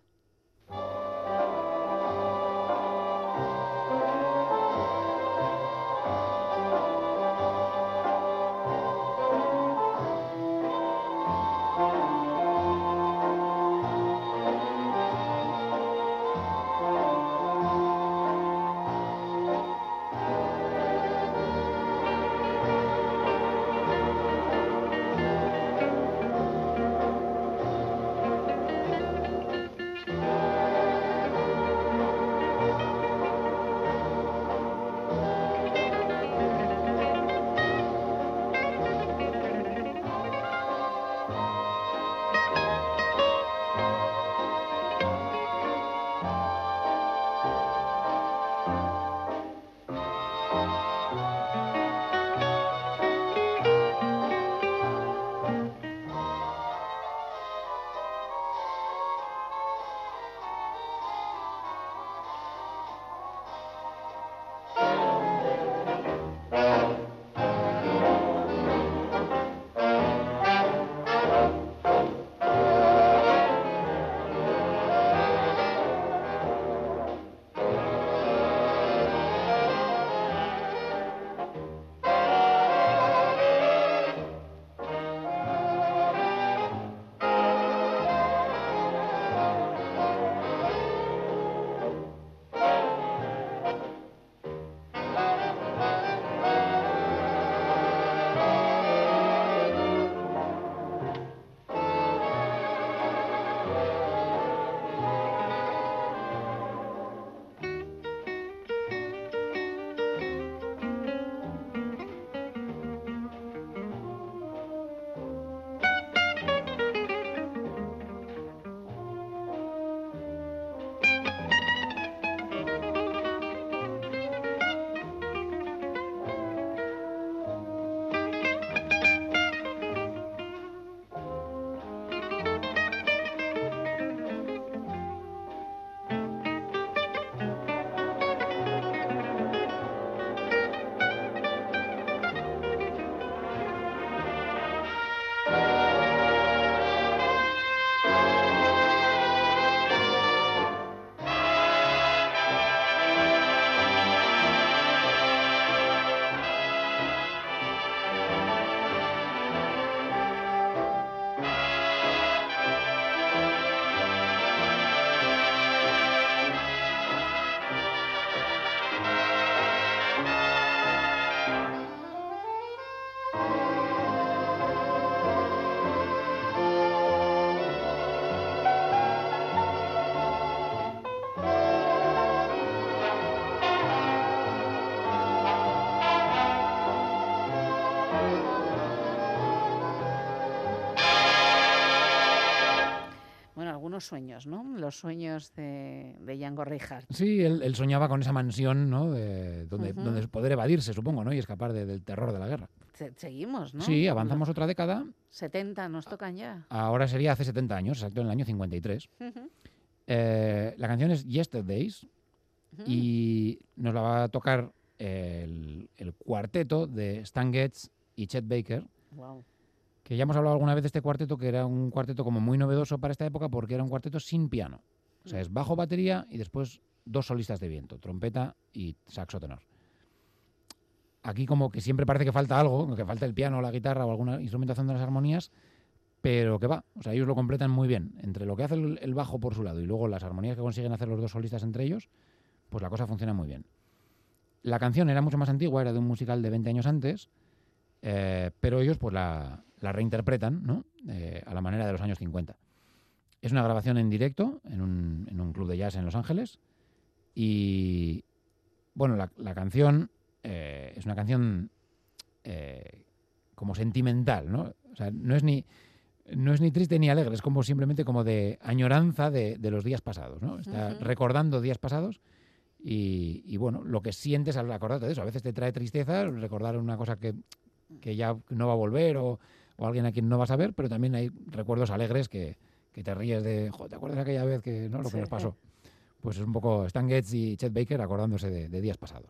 unos sueños, ¿no? Los sueños de Django Reinhardt. Sí, él soñaba con esa mansión, ¿no? Donde poder evadirse, supongo, ¿no? Y escapar del terror de la guerra. Seguimos, ¿no? Sí, avanzamos otra década. 70 nos tocan ya. Ahora sería hace 70 años, exacto, en el año 53. La canción es Yesterdays y nos la va a tocar el cuarteto de Stan Getz y Chet Baker. Wow. Que ya hemos hablado alguna vez de este cuarteto, que era un cuarteto como muy novedoso para esta época porque era un cuarteto sin piano. O sea, es bajo, batería y después 2 solistas de viento, trompeta y saxo tenor. Aquí como que siempre parece que falta algo, que falta el piano o la guitarra o alguna instrumentación de las armonías, pero que va. O sea, ellos lo completan muy bien. Entre lo que hace el bajo por su lado y luego las armonías que consiguen hacer los 2 solistas entre ellos, pues la cosa funciona muy bien. La canción era mucho más antigua, era de un musical de 20 años antes, pero ellos pues la reinterpretan, ¿no? A la manera de los años 50. Es una grabación en directo en un club de jazz en Los Ángeles y, bueno, la canción es una canción como sentimental, ¿no? O sea, no es ni triste ni alegre, es como simplemente como de añoranza de los días pasados, ¿no? Está recordando días pasados y, bueno, lo que sientes al acordarte de eso. A veces te trae tristeza recordar una cosa que ya no va a volver o alguien a quien no vas a ver, pero también hay recuerdos alegres que te ríes de, ¿te acuerdas aquella vez que no lo que nos pasó? Pues es un poco Stan Getz y Chet Baker acordándose de días pasados.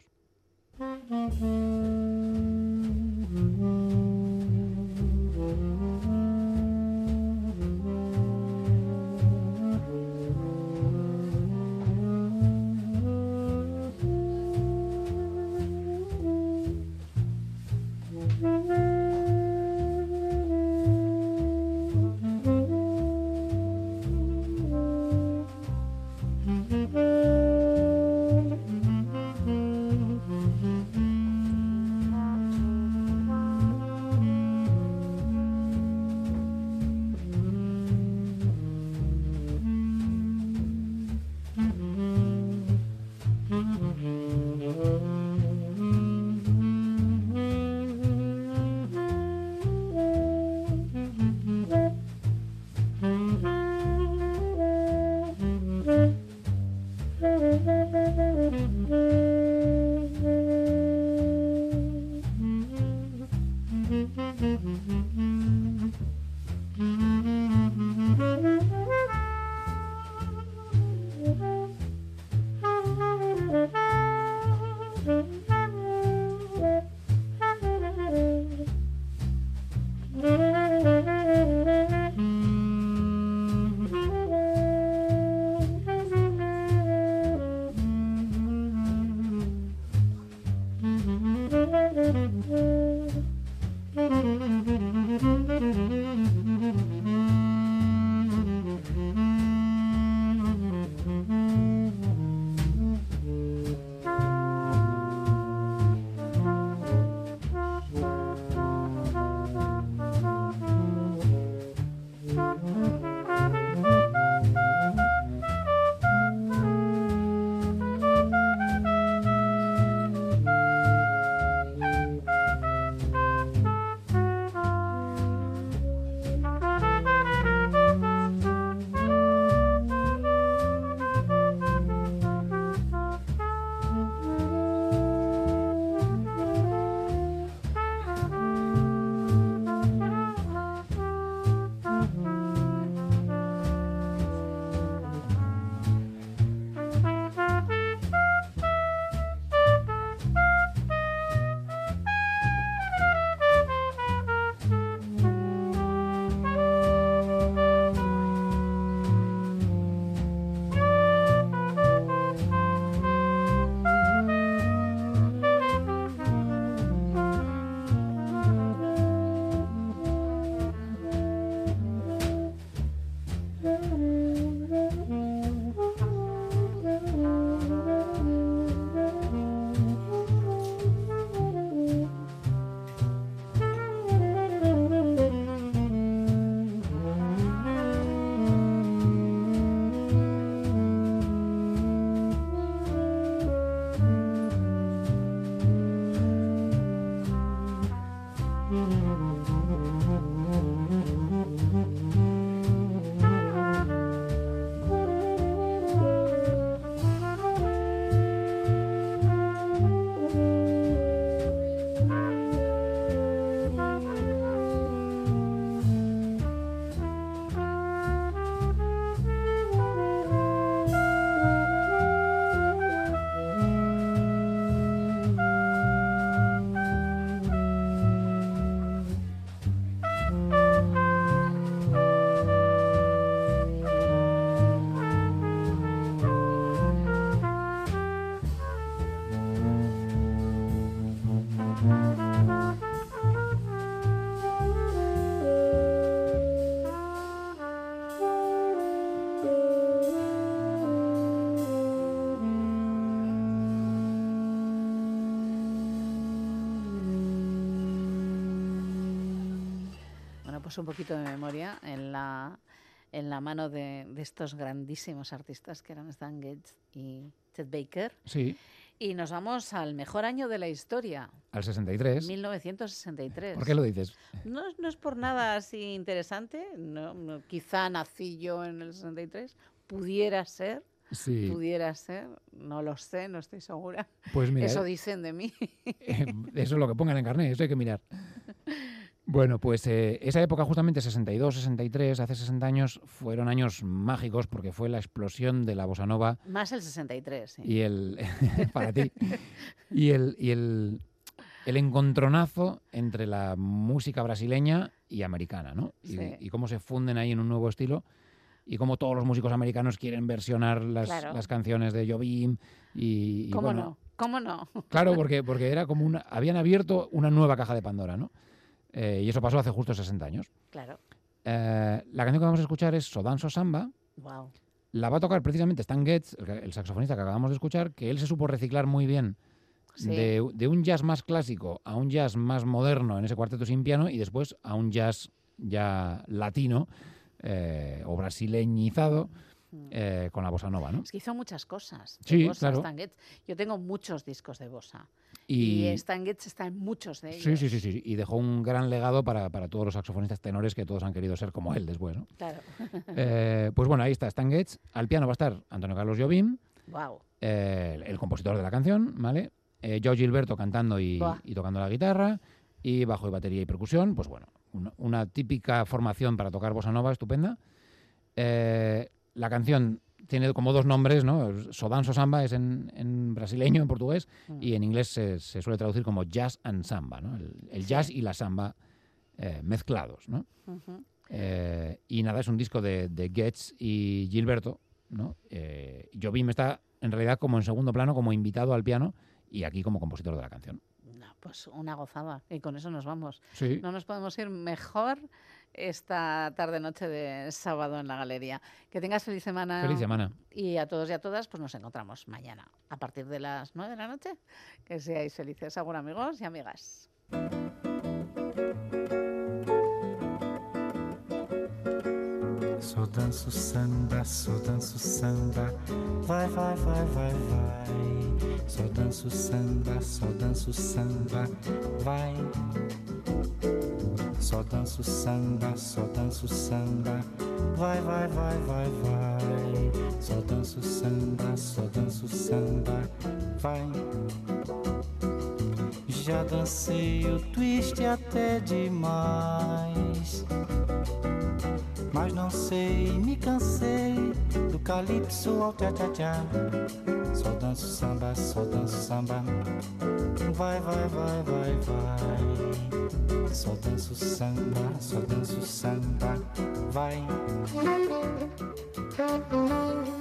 pues un poquito de memoria en la mano de estos grandísimos artistas que eran Stan Getz y Chet Baker. Sí. Y nos vamos al mejor año de la historia. Al 63. 1963. ¿Por qué lo dices? No es por nada así interesante. No, quizá nací yo en el 63. Pudiera ser. Sí. Pudiera ser. No lo sé, no estoy segura. Pues mira, eso dicen de mí. Eso es lo que pongan en carnet, eso hay que mirar. Bueno, pues esa época justamente 62, 63, hace 60 años, fueron años mágicos porque fue la explosión de la bossa nova. Más el 63, sí. Y para ti. Y el encontronazo entre la música brasileña y americana, ¿no? Sí. Y cómo se funden ahí en un nuevo estilo y cómo todos los músicos americanos quieren versionar las canciones de Jobim y ¿Cómo bueno, no? ¿Cómo no? Claro, porque era como habían abierto una nueva caja de Pandora, ¿no? Y eso pasó hace justo 60 años. Claro. La canción que vamos a escuchar es So Danzo Samba. Wow. La va a tocar precisamente Stan Getz, el saxofonista que acabamos de escuchar, que él se supo reciclar muy bien de un jazz más clásico a un jazz más moderno en ese cuarteto sin piano y después a un jazz ya latino o brasileñizado con la bossa nova, ¿no? Es que hizo muchas cosas de sí, bossa, claro. Stan Getz. Yo tengo muchos discos de bossa. Y Stan Getz está en muchos de ellos. Sí. Y dejó un gran legado para todos los saxofonistas tenores que todos han querido ser como él después, ¿no? Claro. Pues bueno, ahí está Stan Getz. Al piano va a estar Antonio Carlos Jobim, Wow. El compositor de la canción, ¿vale? Joe Gilberto cantando y tocando la guitarra, y bajo y batería y percusión. Pues bueno, una típica formación para tocar bossa nova estupenda. La canción tiene como dos nombres, ¿no? So Danzo Samba es en brasileño, en portugués, y en inglés se suele traducir como jazz and samba, ¿no? El jazz y la samba mezclados, ¿no? Uh-huh. Y nada, es un disco de Getz y Gilberto, ¿no? Jobim está en realidad como en segundo plano, como invitado al piano, y aquí como compositor de la canción. No, pues una gozada. Y con eso nos vamos. Sí. No nos podemos ir mejor esta tarde-noche de sábado en la galería. Que tengas feliz semana. Feliz semana. Y a todos y a todas, pues nos encontramos mañana a partir de las 9 de la noche. Que seáis felices, agur amigos y amigas. Só danço samba, vai, vai, vai, vai, vai. Só danço samba, vai. Só danço samba, vai, vai, vai, vai, vai. Só danço samba, vai. Já dancei o twist até demais, mas não sei, me cansei do calypso ao tchá-tchá-tchá. Só danço samba, vai, vai, vai, vai, vai. Só danço samba, vai.